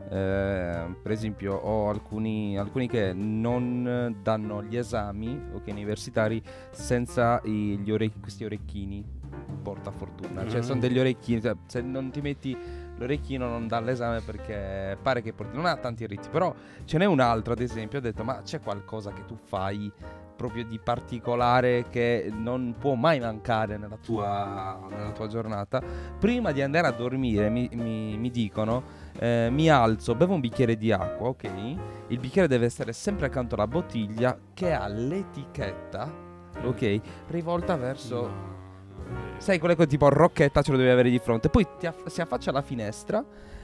eh, per esempio ho alcuni, alcuni che non danno gli esami okay, universitari senza i, gli orecchi, questi orecchini porta fortuna, uh-huh. Cioè sono degli orecchini, cioè, se non ti metti l'orecchino non dà l'esame perché pare che porti, non ha tanti riti. Però ce n'è un altro, ad esempio, ho detto ma c'è qualcosa che tu fai proprio di particolare che non può mai mancare nella tua, nella tua giornata? Prima di andare a dormire mi, mi, mi dicono eh, mi alzo, bevo un bicchiere di acqua, ok? Il bicchiere deve essere sempre accanto alla bottiglia che ha l'etichetta, ok? Rivolta verso... no. Sai, quelle cose tipo rocchetta ce lo devi avere di fronte. Poi ti aff- si affaccia alla finestra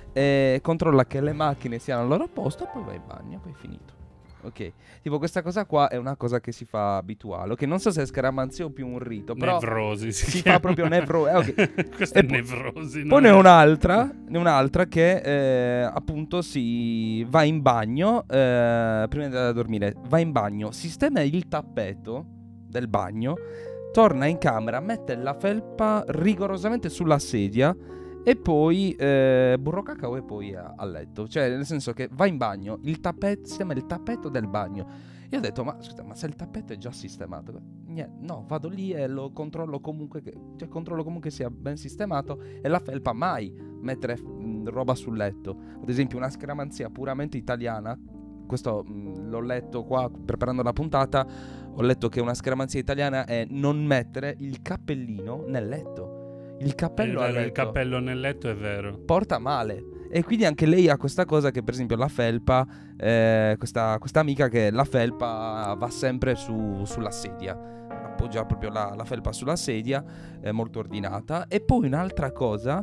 e controlla che le macchine siano al loro posto e poi vai in bagno, poi è finito. Ok, tipo questa cosa qua è una cosa che si fa abituale. Ok, non so se è scaramanzia o più un rito, però nevrosi si, si chiama. fa proprio nevrosi. Eh, okay. Questa E è po- nevrosi. Poi ne è... ho un'altra, ne ho un'altra che eh, appunto si va in bagno eh, prima di andare a dormire. Va in bagno, sistema il tappeto del bagno, torna in camera, mette la felpa rigorosamente sulla sedia e poi eh, burro cacao e poi a, a letto. Cioè nel senso che va in bagno, il tappeto, si chiama il tappeto del bagno. Io ho detto ma scusa, ma se il tappeto è già sistemato, niente, no, vado lì e lo controllo comunque che, cioè controllo comunque sia ben sistemato. E la felpa mai mettere mh, roba sul letto. Ad esempio una scaramanzia puramente italiana, questo mh, l'ho letto qua preparando la puntata, ho letto che una scaramanzia italiana è non mettere il cappellino nel letto. Il cappello, è vero, a letto il cappello nel letto è vero, porta male. E quindi anche lei ha questa cosa che per esempio la felpa, eh, questa, questa amica che la felpa va sempre su, sulla sedia, appoggia proprio la, la felpa sulla sedia, è molto ordinata. E poi un'altra cosa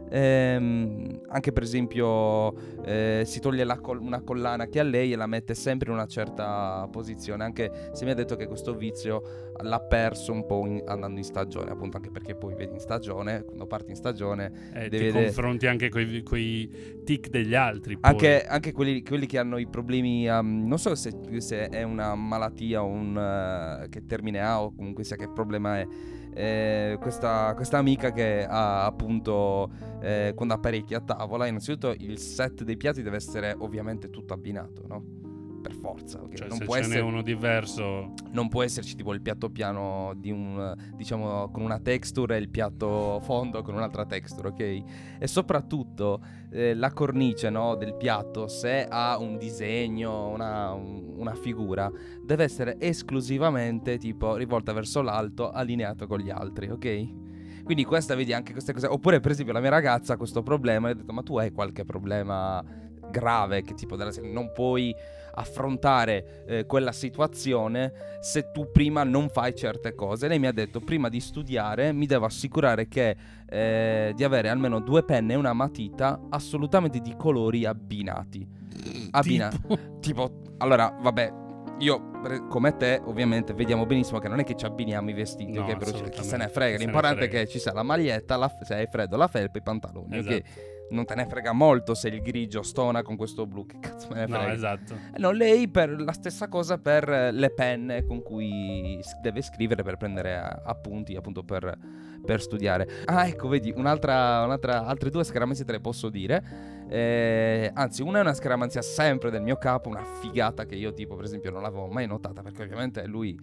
Ehm, anche per esempio eh, si toglie la col- una collana che ha lei e la mette sempre in una certa posizione, anche se mi ha detto che questo vizio l'ha perso un po' in- andando in stagione, appunto, anche perché poi vedi in stagione, quando parti in stagione Eh, devi ti vedere- confronti anche coi, coi tic degli altri. Poi. anche, anche quelli, quelli che hanno i problemi, um, non so se, se è una malattia o un uh, che termine ha o comunque sia che problema è. Eh, questa, questa amica che ha appunto eh, quando apparecchi a tavola, innanzitutto il set dei piatti deve essere ovviamente tutto abbinato, no? Per forza, ok? Cioè, non se può ce essere n'è uno diverso, non può esserci tipo il piatto piano di un, diciamo, con una texture e il piatto fondo con un'altra texture, ok? E soprattutto eh, la cornice, no, del piatto, se ha un disegno, una, un- una figura, deve essere esclusivamente tipo rivolta verso l'alto, allineato con gli altri, ok? Quindi questa, vedi, anche queste cose. Oppure per esempio la mia ragazza ha questo problema e ho detto: ma tu hai qualche problema grave che tipo della serie non puoi affrontare eh, quella situazione se tu prima non fai certe cose. Lei mi ha detto: prima di studiare mi devo assicurare che eh, di avere almeno due penne e una matita assolutamente di colori abbinati. Abbina- tipo, tipo, allora, vabbè, io pre- come te ovviamente vediamo benissimo che non è che ci abbiniamo i vestiti, No, ok? Però chi assolutamente. se ne frega, Chi se ne l'importante è frega. che ci sia la maglietta, la, se hai freddo la felpa e i pantaloni, ok? Esatto. Non te ne frega molto se il grigio stona con questo blu, che cazzo me ne frega. No, esatto. Eh no, lei per la stessa cosa per eh, le penne con cui s- deve scrivere per prendere eh, appunti, appunto per, per studiare. Ah, ecco, vedi, un'altra, un'altra, altre due scaramanzie te le posso dire. Eh, anzi, una è una scaramanzia sempre del mio capo, una figata che io tipo per esempio non l'avevo mai notata, perché ovviamente lui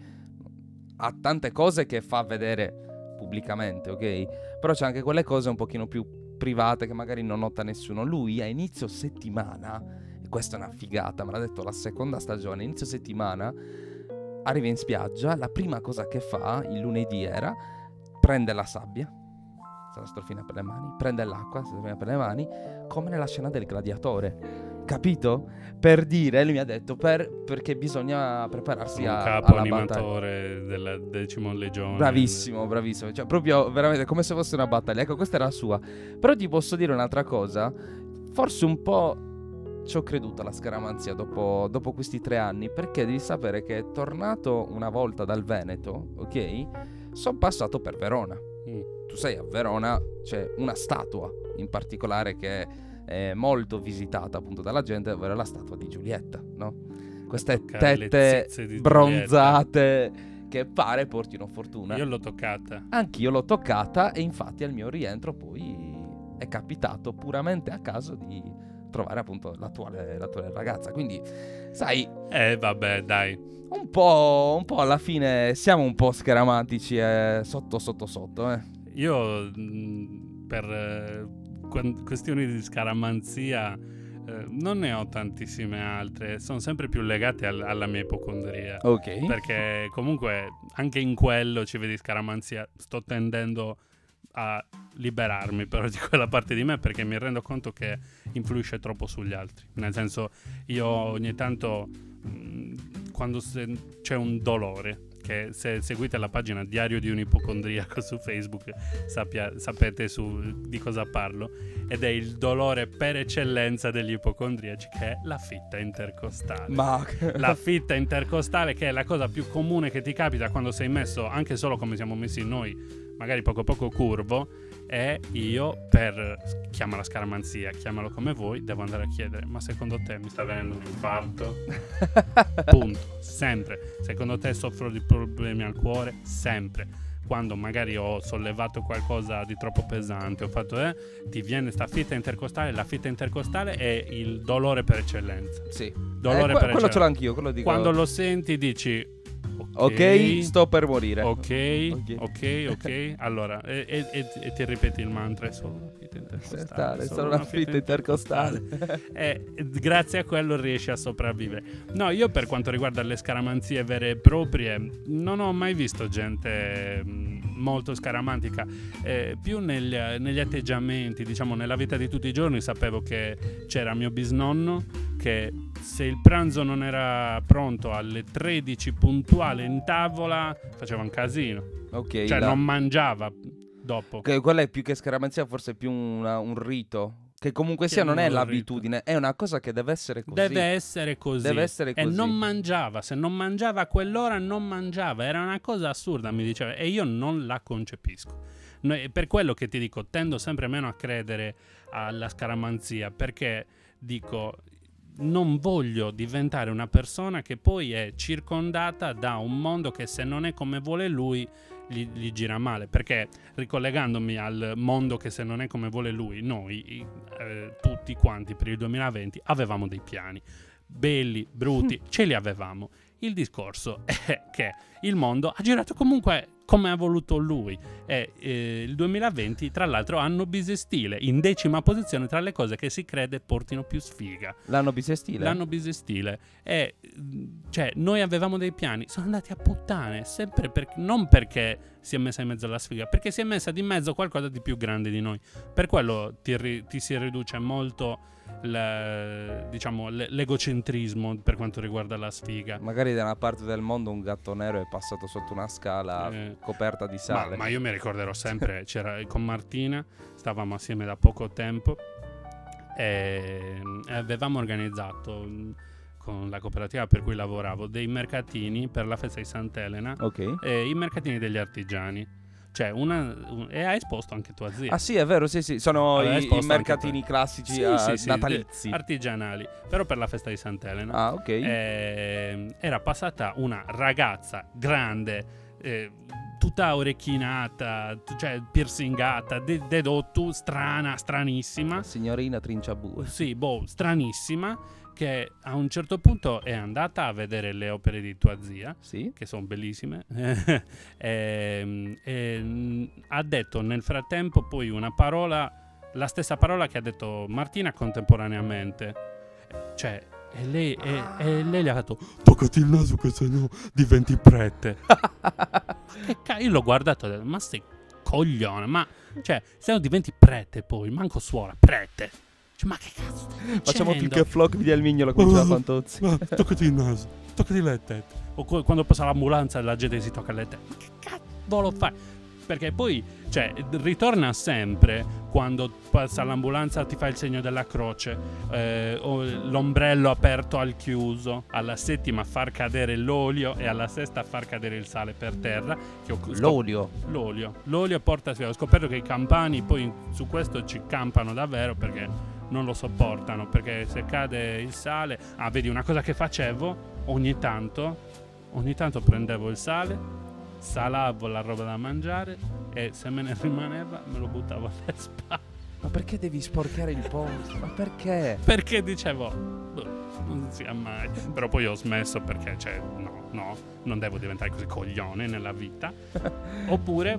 ha tante cose che fa vedere pubblicamente, ok? Però c'è anche quelle cose un pochino più private che magari non nota nessuno. Lui a inizio settimana, e questa è una figata, me l'ha detto la seconda stagione, inizio settimana arriva in spiaggia, la prima cosa che fa, il lunedì era, prende la sabbia, se la strofina per le mani, prende l'acqua, se la strofina per le mani, come nella scena del gladiatore. Capito? Per dire, lui mi ha detto, per, perché bisogna prepararsi Sono un a, capo alla battaglia. animatore della decimo legione. Bravissimo, bravissimo. Cioè, proprio veramente come se fosse una battaglia. Ecco, questa era la sua. Però ti posso dire un'altra cosa. Forse un po' ci ho creduto alla scaramanzia dopo, dopo questi tre anni. Perché devi sapere che tornato una volta dal Veneto, ok? Sono passato per Verona. Mm. Tu sai, a Verona c'è una statua in particolare che è molto visitata appunto dalla gente, ovvero la statua di Giulietta, no? Queste toccare le tette zizze di bronzate che pare portino fortuna. Io l'ho toccata. Anch'io l'ho toccata e infatti al mio rientro poi è capitato puramente a caso di trovare appunto l'attuale, l'attuale ragazza. Quindi, sai, Eh, vabbè, dai. un po', un po' alla fine siamo un po' scaramatici eh, sotto sotto sotto, eh. Io mh, per eh, quan- questioni di scaramanzia eh, non ne ho tantissime altre, sono sempre più legate al- alla mia ipocondria. Ok. Perché comunque anche in quello ci vedi scaramanzia. Sto tendendo a liberarmi però di quella parte di me, perché mi rendo conto che influisce troppo sugli altri. Nel senso, io ogni tanto mh, quando se- c'è un dolore, che se seguite la pagina Diario di un ipocondriaco su Facebook sappia, sapete su, di cosa parlo, ed è il dolore per eccellenza degli ipocondriaci, che è la fitta intercostale. Ma La fitta intercostale, che è la cosa più comune che ti capita quando sei messo, anche solo come siamo messi noi, magari poco poco curvo, e io, per chiamala scaramanzia, chiamalo come vuoi, devo andare a chiedere: ma secondo te mi sta venendo un infarto? Punto. Sempre. Secondo te soffro di problemi al cuore? Sempre. Quando magari ho sollevato qualcosa di troppo pesante, ho fatto eh, ti viene sta fitta intercostale. La fitta intercostale è il dolore per eccellenza. sì. Dolore Eh, que- per quello ce l'ho eccellenza. anch'io, quello dico. Quando lo senti dici Ok, sto per morire. Ok, Ok. ok, ok. Allora, e, e- e- e ti ripeti il mantra: è solo una fitta intercostale. È solo una fitta intercostale. E grazie a quello riesci a sopravvivere. No, io per quanto riguarda le scaramanzie vere e proprie, non ho mai visto gente mh, molto scaramantica. Eh, più negli, negli atteggiamenti, diciamo, nella vita di tutti i giorni. Sapevo che c'era mio bisnonno che se il pranzo non era pronto alle tredici puntuale in tavola faceva un casino. Ok, Cioè la- non mangiava dopo. Che quella è più che scaramanzia, forse è più una- un rito. Che comunque sia non è Chiamiamolo l'abitudine, è una cosa che deve essere così. Deve essere così. Deve essere E così. non mangiava, se non mangiava a quell'ora non mangiava, era una cosa assurda, mi diceva, e io non la concepisco. No, è per quello che ti dico, tendo sempre meno a credere alla scaramanzia, perché dico, non voglio diventare una persona che poi è circondata da un mondo che se non è come vuole lui gli, gli gira male, perché ricollegandomi al mondo che se non è come vuole lui, noi eh, tutti quanti per il duemilaventi avevamo dei piani belli, brutti, ce li avevamo. Il discorso è che il mondo ha girato comunque come ha voluto lui e eh, il duemilaventi tra l'altro hanno bisestile in decima posizione tra le cose che si crede portino più sfiga. L'anno bisestile? L'anno bisestile e cioè noi avevamo dei piani, sono andati a puttane sempre per, non perché si è messa in mezzo alla sfiga, perché si è messa di mezzo qualcosa di più grande di noi. Per quello ti, ri, ti si riduce molto le, diciamo le, l'egocentrismo per quanto riguarda la sfiga. Magari da una parte del mondo un gatto nero è passato sotto una scala Eh, coperta di sale. Ma, ma io mi ricorderò sempre, c'era con Martina, stavamo assieme da poco tempo e avevamo organizzato con la cooperativa per cui lavoravo dei mercatini per la festa di Sant'Elena, Ok. e i mercatini degli artigiani. Cioè una, un, e ha esposto anche tua zia. Ah sì, è vero, sì sì, sono Aveva i, esposto i mercatini anche classici Sì, eh, sì, sì, natalizi. de- artigianali, però per la festa di Sant'Elena. Ah, ok. Eh, era passata una ragazza grande, eh, tutta orecchinata, t- cioè piercingata, de- dedotto, strana, stranissima. Signorina Trinciabue. Sì, boh, stranissima, che a un certo punto è andata a vedere le opere di tua zia, Sì. che sono bellissime, e, e, mh, ha detto nel frattempo poi una parola, la stessa parola che ha detto Martina contemporaneamente, cioè, e lei, e, e lei gli ha detto toccati il naso che se no diventi prete. Che ca- io l'ho guardato e ho detto, ma sei coglione, ma cioè se no diventi prete poi, manco suora, prete. Cioè, ma che cazzo stai dicendo? Facciamo più che flock di Almignolo con la Fantozzi. Ma toccati il naso, toccati le tette. O co- quando passa l'ambulanza e la gente si tocca le tette. Ma che cazzo fai? Perché poi, cioè, ritorna sempre quando passa l'ambulanza, ti fa il segno della croce, eh, o l'ombrello aperto al chiuso, alla settima far cadere l'olio e alla sesta far cadere il sale per terra. Che ho scop- L'olio. L'olio. L'olio porta sfiga. Ho scoperto che i campani poi su questo ci campano davvero perché non lo sopportano, perché se cade il sale, ah vedi una cosa che facevo ogni tanto ogni tanto prendevo il sale, salavo la roba da mangiare e se me ne rimaneva me lo buttavo alle spalle. Ma perché devi sporcare il posto? Ma perché? Perché dicevo boh, non sia mai. Però poi ho smesso perché cioè no, no, non devo diventare così coglione nella vita. Oppure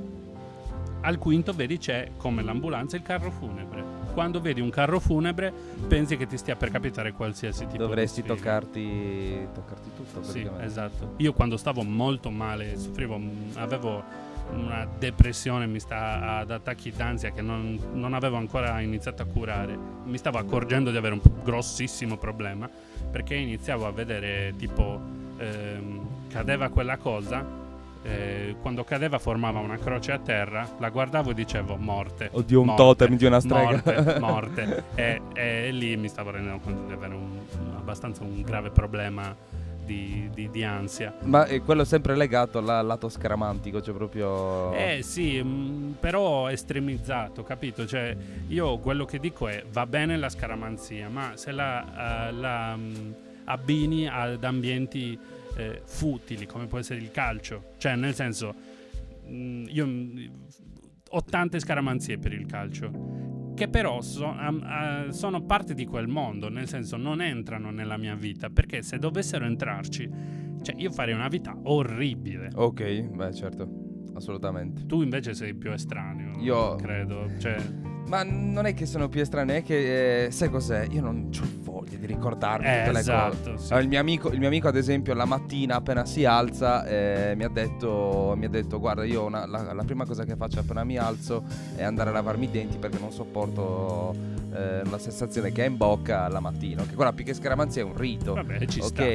al quinto vedi c'è come l'ambulanza il carro funebre. Quando vedi un carro funebre pensi che ti stia per capitare qualsiasi tipo Dovresti di sfiga. toccarti toccarti tutto Sì, praticamente. esatto. Io quando stavo molto male, soffrivo, mh, avevo una depressione, mi sta ad attacchi d'ansia che non, non avevo ancora iniziato a curare. Mi stavo accorgendo di avere un grossissimo problema perché iniziavo a vedere tipo ehm, cadeva quella cosa. Eh, quando cadeva formava una croce a terra, la guardavo e dicevo morte. Oddio, un morte, totem di una strega. Morte, morte. e, e lì mi stavo rendendo conto di avere un, un, abbastanza un grave problema di, di, di ansia. Ma è quello sempre legato al lato scaramantico, cioè proprio... Eh sì, mh, però estremizzato, capito? Cioè io quello che dico è va bene la scaramanzia, ma se la, uh, la um, abbini ad ambienti Eh, futili come può essere il calcio, cioè nel senso mh, io mh, ho tante scaramanzie per il calcio che però so, um, uh, sono parte di quel mondo, nel senso non entrano nella mia vita perché se dovessero entrarci cioè io farei una vita orribile. Ok, beh certo, assolutamente. Tu invece sei più estraneo, Io credo, cioè Ma non è che sono più estranei, è che eh, sai cos'è? Io non ho voglia di ricordarmi eh, tutte le esatto, cose. sì. Allora, il, mio amico, il mio amico ad esempio la mattina appena si alza eh, mi ha detto mi ha detto guarda io una, la, la prima cosa che faccio appena mi alzo è andare a lavarmi i denti perché non sopporto eh, la sensazione che ha in bocca la mattina, che quella più che scaramanzia è un rito. Vabbè, ci ok sta.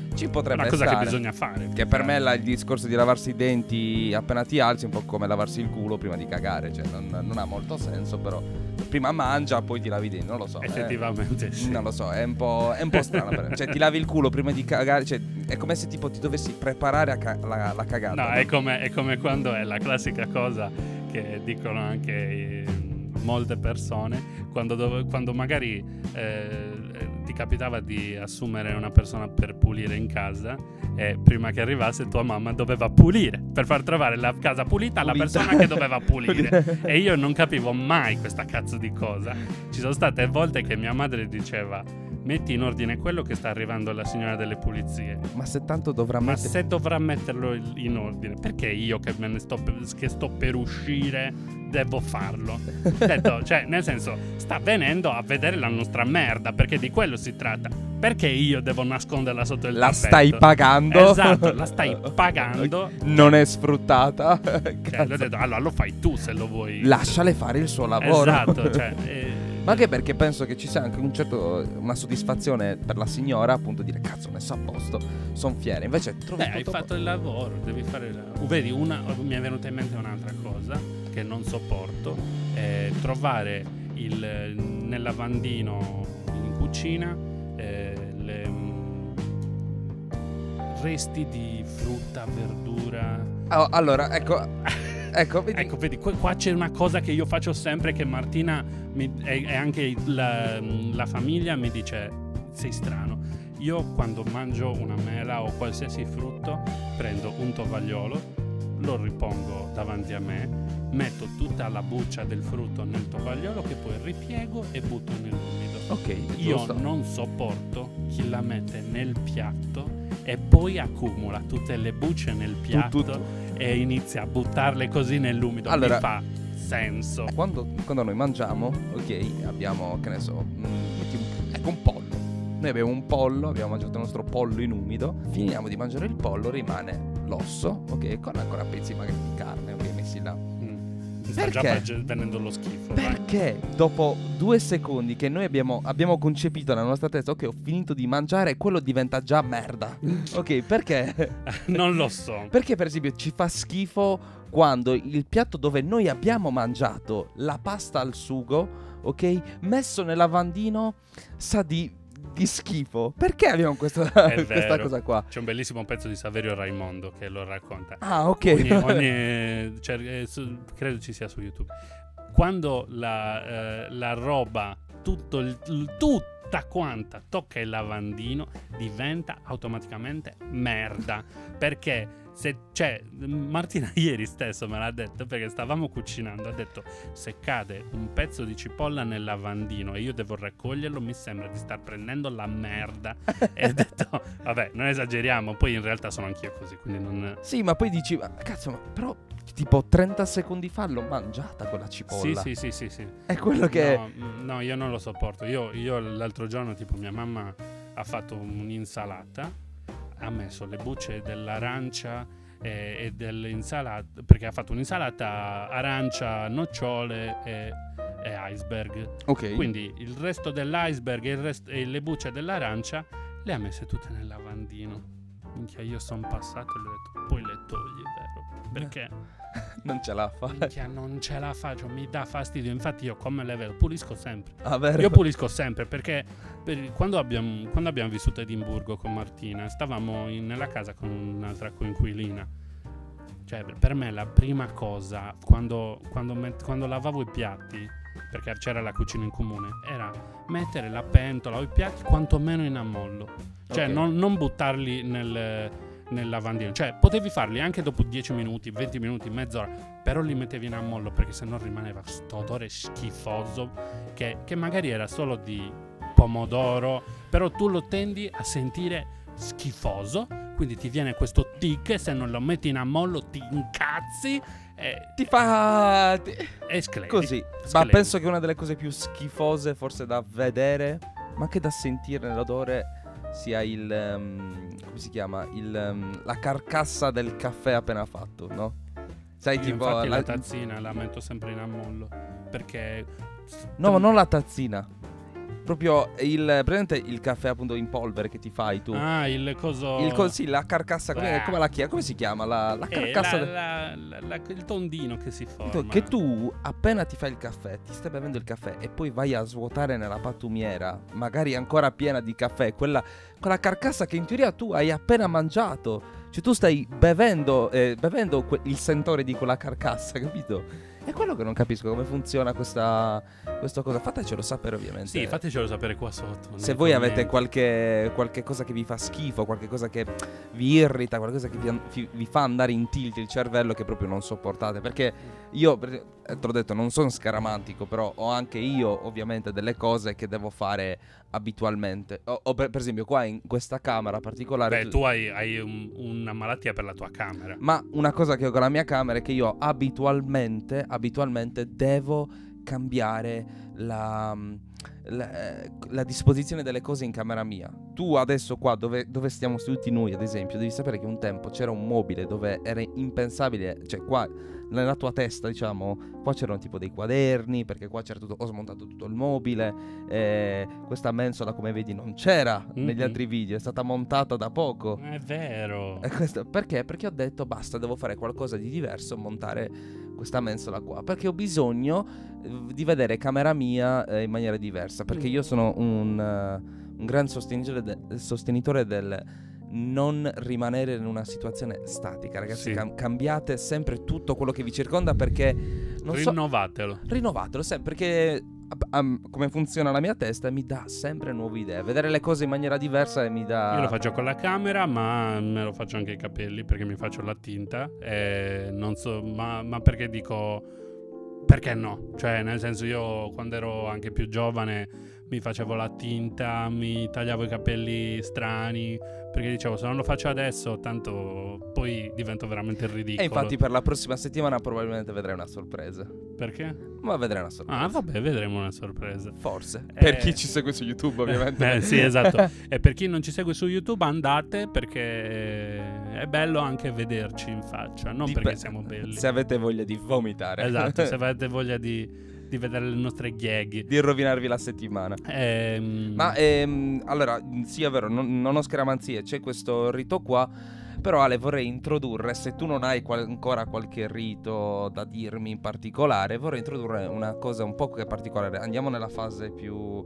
Ci potrebbe una cosa stare, che bisogna fare. che per me la, il discorso di lavarsi i denti appena ti alzi è un po' come lavarsi il culo prima di cagare, cioè non, non ha molto senso, però prima mangia poi ti lavi i denti, non lo so. Effettivamente eh, sì. Non lo so, è un po', è un po' strano, per- cioè ti lavi il culo prima di cagare, cioè è come se tipo ti dovessi preparare a ca- la, la cagata. No, no? è come, è come quando è la classica cosa che dicono anche eh, molte persone, quando, dove, quando magari eh, ti capitava di assumere una persona per pulire in casa e prima che arrivasse tua mamma doveva pulire per far trovare la casa pulita alla Pulita. persona che doveva pulire. E io non capivo mai questa cazzo di cosa. Ci sono state volte che mia madre diceva: metti in ordine quello che sta arrivando la signora delle pulizie. Ma se tanto dovrà Ma mettere... se dovrà metterlo in ordine, perché io che me ne sto per, che sto per uscire devo farlo? Detto, cioè, nel senso, sta venendo a vedere la nostra merda, perché di quello si tratta. Perché io devo nasconderla sotto il La tappeto? stai pagando. Esatto, la stai pagando. Non è sfruttata. Cioè, Cazzo. le ho detto, allora lo fai tu se lo vuoi. Lasciale fare il suo lavoro. Esatto, cioè, eh, Ma anche perché penso che ci sia anche un certo, una soddisfazione per la signora, appunto, dire cazzo, messo a posto, sono fiera. Invece trovi beh, hai tutto- fatto il lavoro, devi fare il lavoro. Vedi, una, mi è venuta in mente un'altra cosa che non sopporto, è trovare il, nel lavandino in cucina eh, le, mm, resti di frutta, verdura. Oh, allora, ecco, ecco, vedi. Ecco, vedi, qua, qua c'è una cosa che io faccio sempre, che Martina mi- e, e anche la, la famiglia mi dice: sei strano. Io quando mangio una mela o qualsiasi frutto prendo un tovagliolo, lo ripongo davanti a me, metto tutta la buccia del frutto nel tovagliolo che poi ripiego e butto nell'umido. Ok, Io giusto. non sopporto chi la mette nel piatto e poi accumula tutte le bucce nel piatto tu, tu. e inizia a buttarle così nell'umido. Allora- Mi fa senso. Quando, quando noi mangiamo, ok, abbiamo, che ne so, mm, metti un, ecco un pollo. Noi abbiamo un pollo, abbiamo mangiato il nostro pollo in umido. Finiamo di mangiare il pollo, rimane l'osso, ok, con ancora pezzi magari di carne, ok, messi là. Mm. Mi sta già Perché? facendo- venendo lo schifo. vai. Perché dopo due secondi che noi abbiamo, abbiamo concepito nella nostra testa, ok, ho finito di mangiare, quello diventa già merda. Ok, perché? Non lo so. Perché per esempio ci fa schifo quando il piatto dove noi abbiamo mangiato la pasta al sugo, ok, messo nel lavandino, sa di, di schifo. Perché abbiamo questa, È questa vero. cosa qua? C'è un bellissimo pezzo di Saverio Raimondo che lo racconta. Ah, ok. Ogni, ogni- cioè, eh, su- credo ci sia su YouTube. Quando la, eh, la roba, tutto il, il- tutta quanta tocca il lavandino, diventa automaticamente merda. Perché se, cioè, Martina ieri stesso me l'ha detto, perché stavamo cucinando, ha detto: se cade un pezzo di cipolla nel lavandino e io devo raccoglierlo, mi sembra di star prendendo la merda. E ho detto: vabbè, non esageriamo. Poi in realtà sono anch'io così, quindi non... Sì, ma poi dici, ma cazzo, ma però tipo trenta secondi fa l'ho mangiata quella Sì, cipolla. sì, sì, sì, sì. È quello che... No, mm, no, io non lo sopporto. Io, io l'altro giorno, tipo, mia mamma ha fatto un'insalata, ha messo le bucce dell'arancia e, e dell'insalata, perché ha fatto un'insalata arancia, nocciole e, e iceberg. Ok. Quindi il resto dell'iceberg e, il rest- e le bucce dell'arancia le ha messe tutte nel lavandino. Minchia, io sono passato e le ho detto: poi le togli, vero? Perché? non ce la fa. Minchia, non ce la faccio, mi dà fastidio. Infatti io come le vedo, pulisco sempre. Ah, vero? Io pulisco sempre perché per- quando, abbiamo, quando abbiamo vissuto a Edimburgo con Martina, stavamo in- nella casa con un'altra coinquilina. Cioè, per me la prima cosa quando, quando, met- quando lavavo i piatti, perché c'era la cucina in comune, era mettere la pentola o i piatti quantomeno in ammollo. Cioè, Ok. non, non buttarli nel, nel lavandino. Cioè, potevi farli anche dopo dieci minuti, venti minuti, mezz'ora, però li mettevi in ammollo perché sennò rimaneva sto odore schifoso che, che magari era solo di pomodoro, però tu lo tendi a sentire schifoso, quindi ti viene questo tic e se non lo metti in ammollo ti incazzi e, Ti fa... ti- e scleri. Così. Ma Scleri. penso che una delle cose più schifose forse da vedere, ma anche da sentire nell'odore, sia il... ehm, come si chiama? Il, ehm, la carcassa del caffè appena fatto, no? Sai, Io tipo... infatti la, la- tazzina la metto sempre in ammollo perché No, non la tazzina. proprio il presente il caffè appunto in polvere che ti fai tu. Ah, il coso. Il co- sì, la carcassa, come, Beh. come la chia- come si chiama? La, la Eh, carcassa la- del- la- la- la- il tondino che si forma. che tu appena ti fai il caffè, ti stai bevendo il caffè e poi vai a svuotare nella pattumiera, magari ancora piena di caffè, quella, quella carcassa che in teoria tu hai appena mangiato. Cioè tu stai bevendo, eh, bevendo que- il sentore di quella carcassa, capito? È quello che non capisco come funziona questa, questa cosa. Fatecelo sapere ovviamente. Sì, fatecelo sapere qua sotto. Se nei voi avete commenti. qualche, qualche cosa che vi fa schifo, qualche cosa che vi irrita, qualcosa che vi, fi- vi fa andare in tilt il cervello che proprio non sopportate. Perché io, per- eh, te l'ho detto, non sono scaramantico, però ho anche io ovviamente delle cose che devo fare abitualmente. O, o per, per esempio qua in questa camera particolare... Beh, tu hai, hai un- una malattia per la tua camera. Ma una cosa che ho con la mia camera è che io abitualmente, abitualmente devo cambiare la, la, eh, la disposizione delle cose in camera mia. Tu adesso qua dove, dove stiamo seduti noi, ad esempio, devi sapere che un tempo c'era un mobile dove era impensabile, cioè qua nella tua testa, diciamo, qua c'erano tipo dei quaderni, perché qua c'era tutto, ho smontato tutto il mobile, eh, questa mensola come vedi non c'era negli Mhm. altri video, è stata montata da poco. È vero. E questo- perché? Perché ho detto basta, devo fare qualcosa di diverso, montare questa mensola qua, perché ho bisogno eh, di vedere camera mia eh, in maniera diversa, perché io sono un, eh, un gran sostenitore, de- sostenitore del non rimanere in una situazione statica, ragazzi. Sì. Cam- cambiate sempre tutto quello che vi circonda, perché non so, Rinnovatelo. rinnovatelo sempre, perché ab- am- come funziona la mia testa mi dà sempre nuove idee, vedere le cose in maniera diversa e mi dà... Io lo faccio con la camera, ma me lo faccio anche i capelli perché mi faccio la tinta. E non so, ma, ma perché dico perché no? Cioè, nel senso, io quando ero anche più giovane mi facevo la tinta, mi tagliavo i capelli strani, perché dicevo se non lo faccio adesso tanto poi divento veramente ridicolo. E infatti per la prossima settimana probabilmente vedrai una sorpresa. Perché? Ma vedrai una sorpresa. Ah, vabbè, vedremo una sorpresa. Forse. Eh, Per chi ci segue su YouTube, ovviamente. Eh, sì, esatto. E per chi non ci segue su YouTube, andate perché è bello anche vederci in faccia, non Dip- perché siamo belli. Se avete voglia di vomitare. Esatto, se avete voglia di, di vedere le nostre gag. Di rovinarvi la settimana. Ehm, Ma ehm, allora, sì, è vero, non, non ho scaramanzie, c'è questo rito qua. Però Ale, vorrei introdurre, se tu non hai qual- ancora qualche rito da dirmi in particolare, vorrei introdurre una cosa un po' che è particolare. Andiamo nella fase più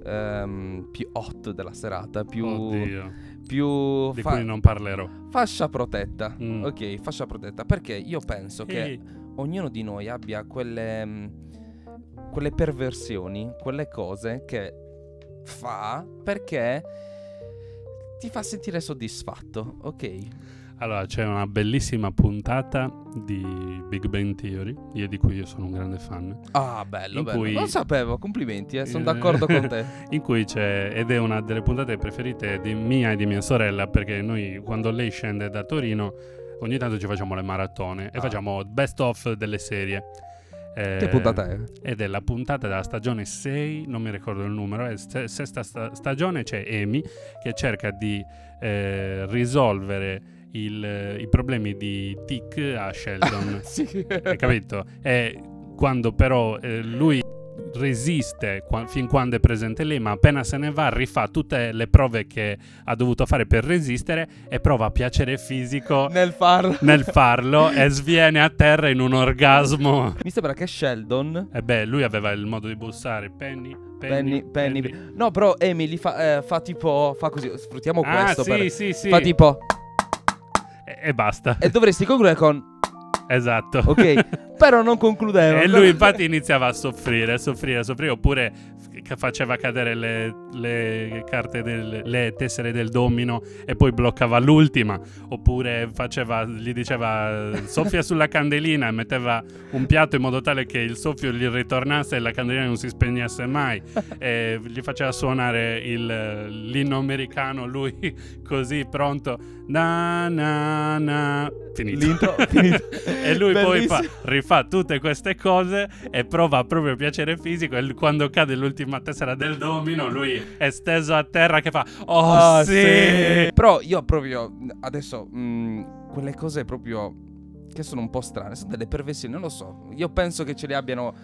ehm, più hot della serata, più, Oddio, più di fa- cui non parlerò. fascia protetta. Mm. Ok, fascia protetta, perché io penso che Ehi, ognuno di noi abbia quelle mh, quelle perversioni, quelle cose che fa perché ti fa sentire soddisfatto, ok? allora, c'è una bellissima puntata di Big Bang Theory, io di cui io sono un grande fan. Ah, bello, In bello. cui- Non sapevo, complimenti, eh, sono Eh, d'accordo con te. In cui c'è, ed è una delle puntate preferite di mia e di mia sorella, perché noi quando lei scende da Torino ogni tanto ci facciamo le maratone e Ah. facciamo best of delle serie. Eh, Che puntata è? Ed è la puntata della stagione sei, non mi ricordo il numero, è se- sesta sta- stagione, c'è Amy che cerca di eh, risolvere il- i problemi di tic a Sheldon. Sì. Hai capito? E quando però eh, lui resiste qua- fin quando è presente lei, ma appena se ne va rifà tutte le prove che ha dovuto fare per resistere e prova piacere fisico Nel farlo. nel farlo e sviene a terra in un orgasmo. Mi sembra che Sheldon E beh, lui aveva il modo di bussare Penny, Penny, Penny, Penny. No, però Emily fa, eh, fa tipo fa così, sfruttiamo Ah, questo sì, per sì, sì. fa tipo E, e basta. e dovresti concludere con Esatto. ok, però non concludeva. E lui infatti iniziava a soffrire, a soffrire, a soffrire, oppure f- che faceva cadere le, le carte, del, le tessere del domino e poi bloccava l'ultima, oppure faceva, gli diceva soffia sulla candelina e metteva un piatto in modo tale che il soffio gli ritornasse e la candelina non si spegnesse mai, e gli faceva suonare il, l'inno americano, lui così pronto, na na na, finito. L'intro finito. E lui poi fa, Bellissimo. rifà tutte queste cose e prova proprio piacere fisico. E l- quando cade l'ultima tessera del domino, lui è steso a terra che fa oh Ah, sì. Però io proprio adesso mh, quelle cose proprio che sono un po' strane, sono delle perversioni, non lo so. Io penso che ce le abbiano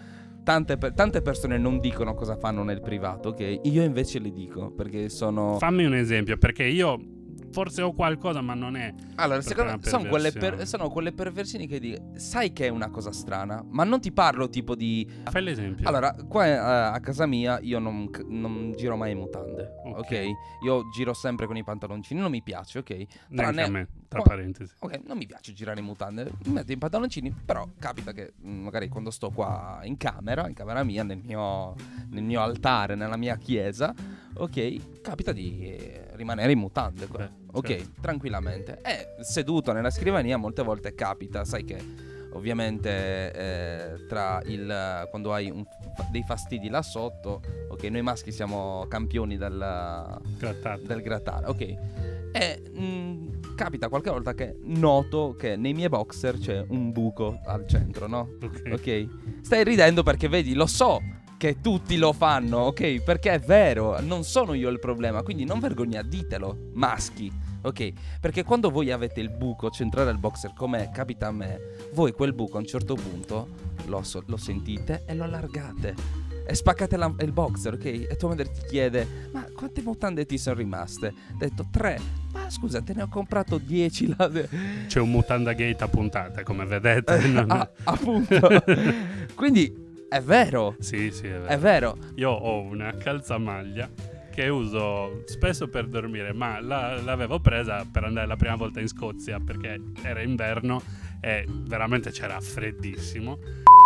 tante, per- tante persone non dicono cosa fanno nel privato, ok? Io invece le dico, perché sono... Fammi un esempio, perché io forse ho qualcosa, ma non è... Allora, proprio secondo una me sono quelle, per- perversione. sono quelle perversioni che dici, sai che è una cosa strana, ma non ti parlo tipo di... Fai l'esempio. Allora, qua eh, a casa mia io non, c- non giro mai in mutande, ok? Ok. Io giro sempre con i pantaloncini, non mi piace, ok? Neanche Tranne- a me, tra qua- parentesi. Ok, non mi piace girare in mutande, mi metto in pantaloncini, però capita che mh, magari quando sto qua in camera, in camera mia, nel mio, nel mio altare, nella mia chiesa, ok, capita di eh, rimanere in mutande qua, Beh, ok, certo. tranquillamente. E seduto nella scrivania molte volte capita, sai che ovviamente eh, tra il quando hai un, dei fastidi là sotto, ok, noi maschi siamo campioni del, Grattato. del grattare, ok. E mh, capita qualche volta che noto che nei miei boxer c'è un buco al centro, no? Ok. Ok. Stai ridendo perché vedi, lo so che tutti lo fanno, ok? Perché è vero, non sono io il problema, quindi non vergognate, ditelo, maschi, ok? Perché quando voi avete il buco centrale del boxer, come capita a me, voi quel buco a un certo punto lo, so- lo sentite e lo allargate. E spaccate la- il boxer, ok? E tua madre ti chiede: ma quante mutande ti sono rimaste? Ho detto tre. Ma scusa, te ne ho comprato dieci là. C'è un mutanda gate a puntate, come vedete. non- Ah, appunto. Quindi è vero. Sì, sì, è vero. È vero. Io ho una calzamaglia che uso spesso per dormire, ma la- l'avevo presa per andare la prima volta in Scozia perché era inverno e veramente c'era freddissimo.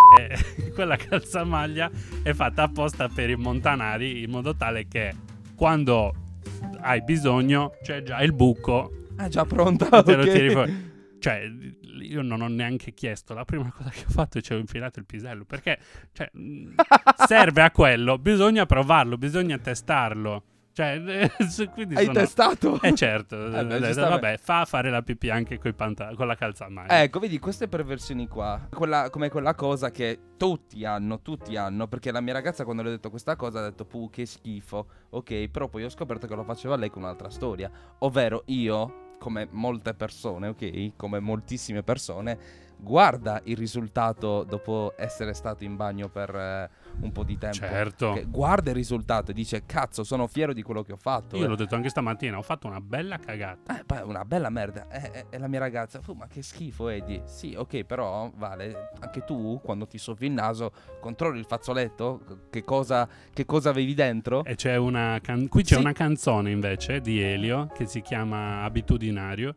E quella calzamaglia è fatta apposta per i montanari in modo tale che quando hai bisogno c'è già il buco, Ah, già pronta. te lo ok. tiri fuori. Cioè, io non ho neanche chiesto. La prima cosa che ho fatto è che ho infilato il pisello. Perché cioè, mh, serve a quello. Bisogna provarlo, bisogna testarlo. Cioè, su- quindi Hai sono... testato? Eh certo, Eh ho beh, detto, giustamente. vabbè, fa fare la pipì anche coi panta- con la calzamaglia. Ecco, vedi queste perversioni qua, quella, come quella cosa che tutti hanno, tutti hanno, perché la mia ragazza quando le ho detto questa cosa ha detto puh che schifo, ok, però poi ho scoperto che lo faceva lei con un'altra storia, ovvero io, come molte persone, ok, come moltissime persone, guarda il risultato dopo essere stato in bagno per eh, un po' di tempo. Certo. Che guarda il risultato e dice cazzo sono fiero di quello che ho fatto. Io eh. l'ho detto anche stamattina, ho fatto una bella cagata. Eh, poi una bella merda. E eh, eh, la mia ragazza, "Fu, ma che schifo, Eddie." Sì, ok, però, Vale, anche tu, quando ti soffi il naso, controlli il fazzoletto? Che cosa, che cosa avevi dentro? E c'è una can- qui c'è Sì. una canzone invece di Elio che si chiama Abitudinario.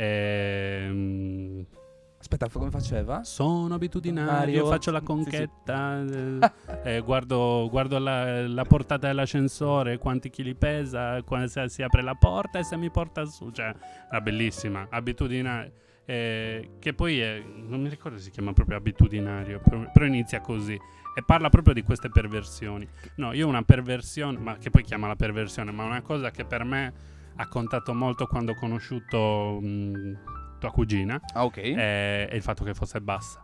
Ehm, Aspetta, come faceva? Sono abitudinario, Mario, faccio la sì, conchetta, eh, eh, guardo, guardo la, la portata dell'ascensore, quanti chili pesa, quando si, si apre la porta e se mi porta su. Cioè, era bellissima. Abitudinario. eh, che poi è, non mi ricordo se si chiama proprio abitudinario, però, però inizia così. E parla proprio di queste perversioni. No, io una perversione, ma che poi chiama la perversione, ma una cosa che per me ha contato molto quando ho conosciuto mh, tua cugina. Ah, ok. È, è il fatto che fosse bassa.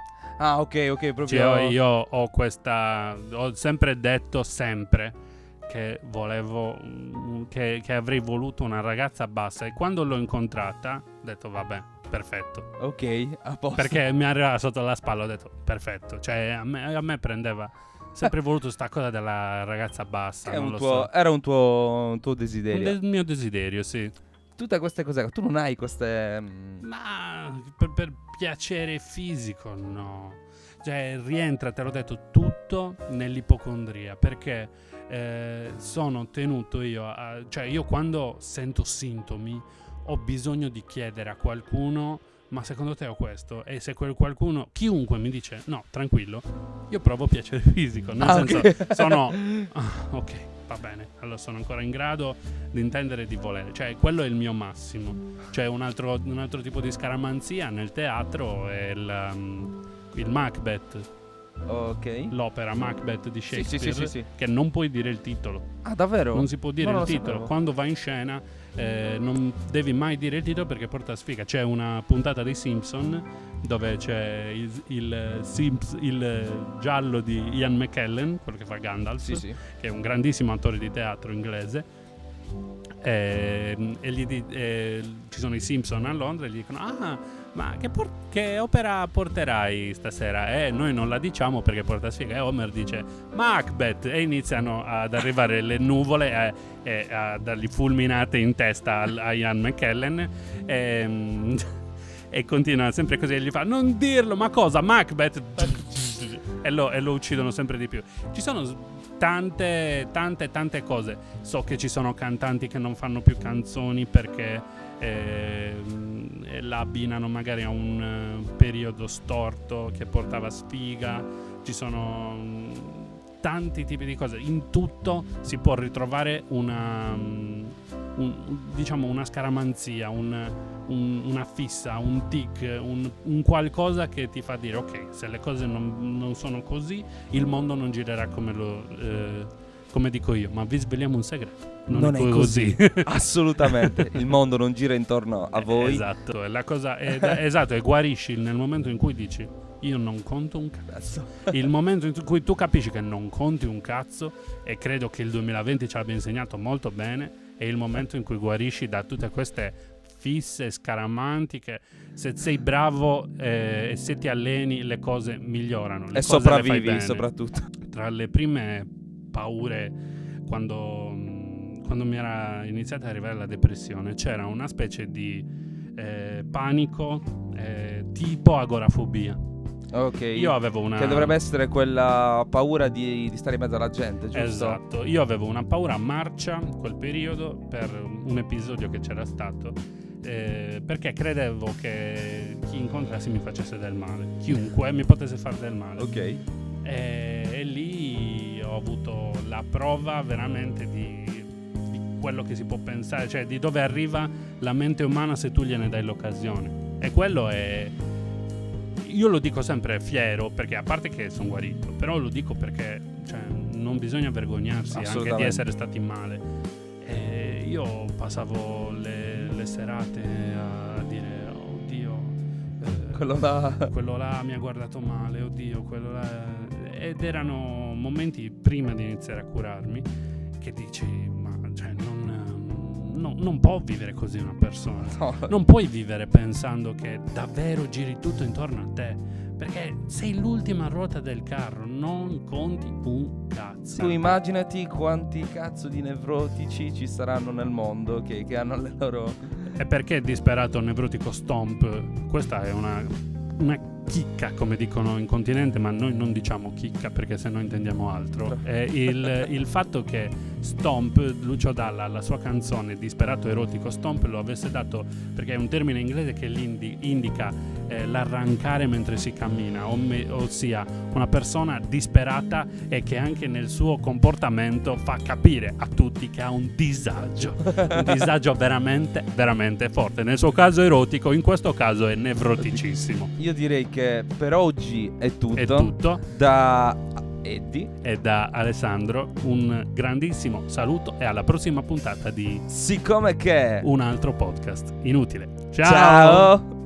Ah, ok, ok, proprio. Cioè, io, io ho questa. Ho sempre detto, sempre, che volevo. mm, Che, che avrei voluto una ragazza bassa. E quando l'ho incontrata, ho detto, vabbè, perfetto. Ok, a posto. Perché mi arrivava sotto la spalla, ho detto, perfetto. Cioè, a me, a me prendeva. Sempre voluto sta cosa della ragazza bassa. È non un lo tuo- so. Era un tuo, un tuo Un desiderio. de- mio desiderio, sì. Tutte queste cose, tu non hai queste. mm, Ma per, per piacere fisico no. Cioè rientra, te l'ho detto, tutto nell'ipocondria. Perché eh, sono tenuto io a, cioè io quando sento sintomi ho bisogno di chiedere a qualcuno: ma secondo te ho questo? E se quel qualcuno, chiunque mi dice no, tranquillo, io provo piacere fisico. Nel Ah, senso, ok. sono ah, ok, va bene, allora sono ancora in grado di intendere e di volere. Cioè quello è il mio massimo. Cioè un altro, un altro tipo di scaramanzia nel teatro è il, um, il Macbeth, Ok. l'opera Macbeth di Sì, sì, Shakespeare, sì, sì, sì. che non puoi dire il titolo. Ah, davvero? Non si può dire Non il lo titolo. sapevo. Quando vai in scena eh, non devi mai dire il titolo perché porta sfiga. C'è una puntata dei Simpson dove c'è il, il, Simps- il giallo di Ian McKellen, quello che fa Gandalf, Sì, sì. che è un grandissimo attore di teatro inglese. E, e gli di- e ci sono i Simpson a Londra e gli dicono: ah, ma che, por- che opera porterai stasera? E eh, noi non la diciamo perché porta sfiga. E Homer dice Macbeth, e iniziano ad arrivare le nuvole e, e a dargli fulminate in testa a, a Ian McKellen. E, e continua sempre così e gli fa non dirlo, ma cosa? Macbeth? e, lo, e lo uccidono sempre di più. Ci sono tante tante tante cose. So che ci sono cantanti che non fanno più canzoni perché eh, la abbinano magari a un uh, periodo storto che portava sfiga. Ci sono um, tanti tipi di cose. In tutto si può ritrovare una um, un, diciamo una scaramanzia, un, un, una fissa, un tic, un, un qualcosa che ti fa dire ok, se le cose non, non sono così, il mondo non girerà come lo eh, come dico io. Ma vi svegliamo un segreto: non, non è, è così, così. Assolutamente. Il mondo non gira intorno a voi. Esatto, è la cosa è, esatto, e guarisci nel momento in cui dici io non conto un cazzo. Il momento in cui tu capisci che non conti un cazzo, e credo che il duemilaventi ci abbia insegnato molto bene, è il momento in cui guarisci da tutte queste fisse scaramantiche. Se sei bravo eh, e se ti alleni, le cose migliorano, le e cose sopravvivi le fai bene. soprattutto. Tra le prime paure, quando, quando mi era iniziata ad arrivare la depressione, c'era una specie di eh, panico eh, tipo agorafobia. Ok. Io avevo una Che dovrebbe essere quella paura di, di stare in mezzo alla gente, giusto? Esatto. Io avevo una paura a marcia in quel periodo per un episodio che c'era stato, eh, perché credevo che chi incontrassi mi facesse del male, chiunque mi potesse fare del male. Ok. E, e lì ho avuto la prova veramente di, di quello che si può pensare, cioè di dove arriva la mente umana se tu gliene dai l'occasione. E quello è... Io lo dico sempre fiero, perché a parte che sono guarito, però lo dico perché cioè, non bisogna vergognarsi anche di essere stati male. E io passavo le, le serate a dire oddio, eh, quello là quello là mi ha guardato male, oddio, quello là. Ed erano momenti prima di iniziare a curarmi che dici ma cioè non No, non può vivere così una persona. no. Non puoi vivere pensando che davvero giri tutto intorno a te, perché sei l'ultima ruota del carro, non conti un cazzo. Tu immaginati quanti cazzo di nevrotici ci saranno nel mondo che, che hanno le loro... E perché disperato nevrotico stomp? Questa è una, una chicca, come dicono in continente, ma noi non diciamo chicca perché se no intendiamo altro. È il, il fatto che Stomp, Lucio Dalla, la sua canzone Disperato erotico stomp, lo avesse dato perché è un termine inglese che indica eh, l'arrancare mentre si cammina, o me, ossia una persona disperata e che anche nel suo comportamento fa capire a tutti che ha un disagio, un disagio veramente, veramente forte. Nel suo caso erotico, in questo caso è nevroticissimo. Io direi che per oggi è tutto. È tutto. Da Eddie e da Alessandro un grandissimo saluto e alla prossima puntata di Siccome che un altro podcast inutile. Ciao! Ciao!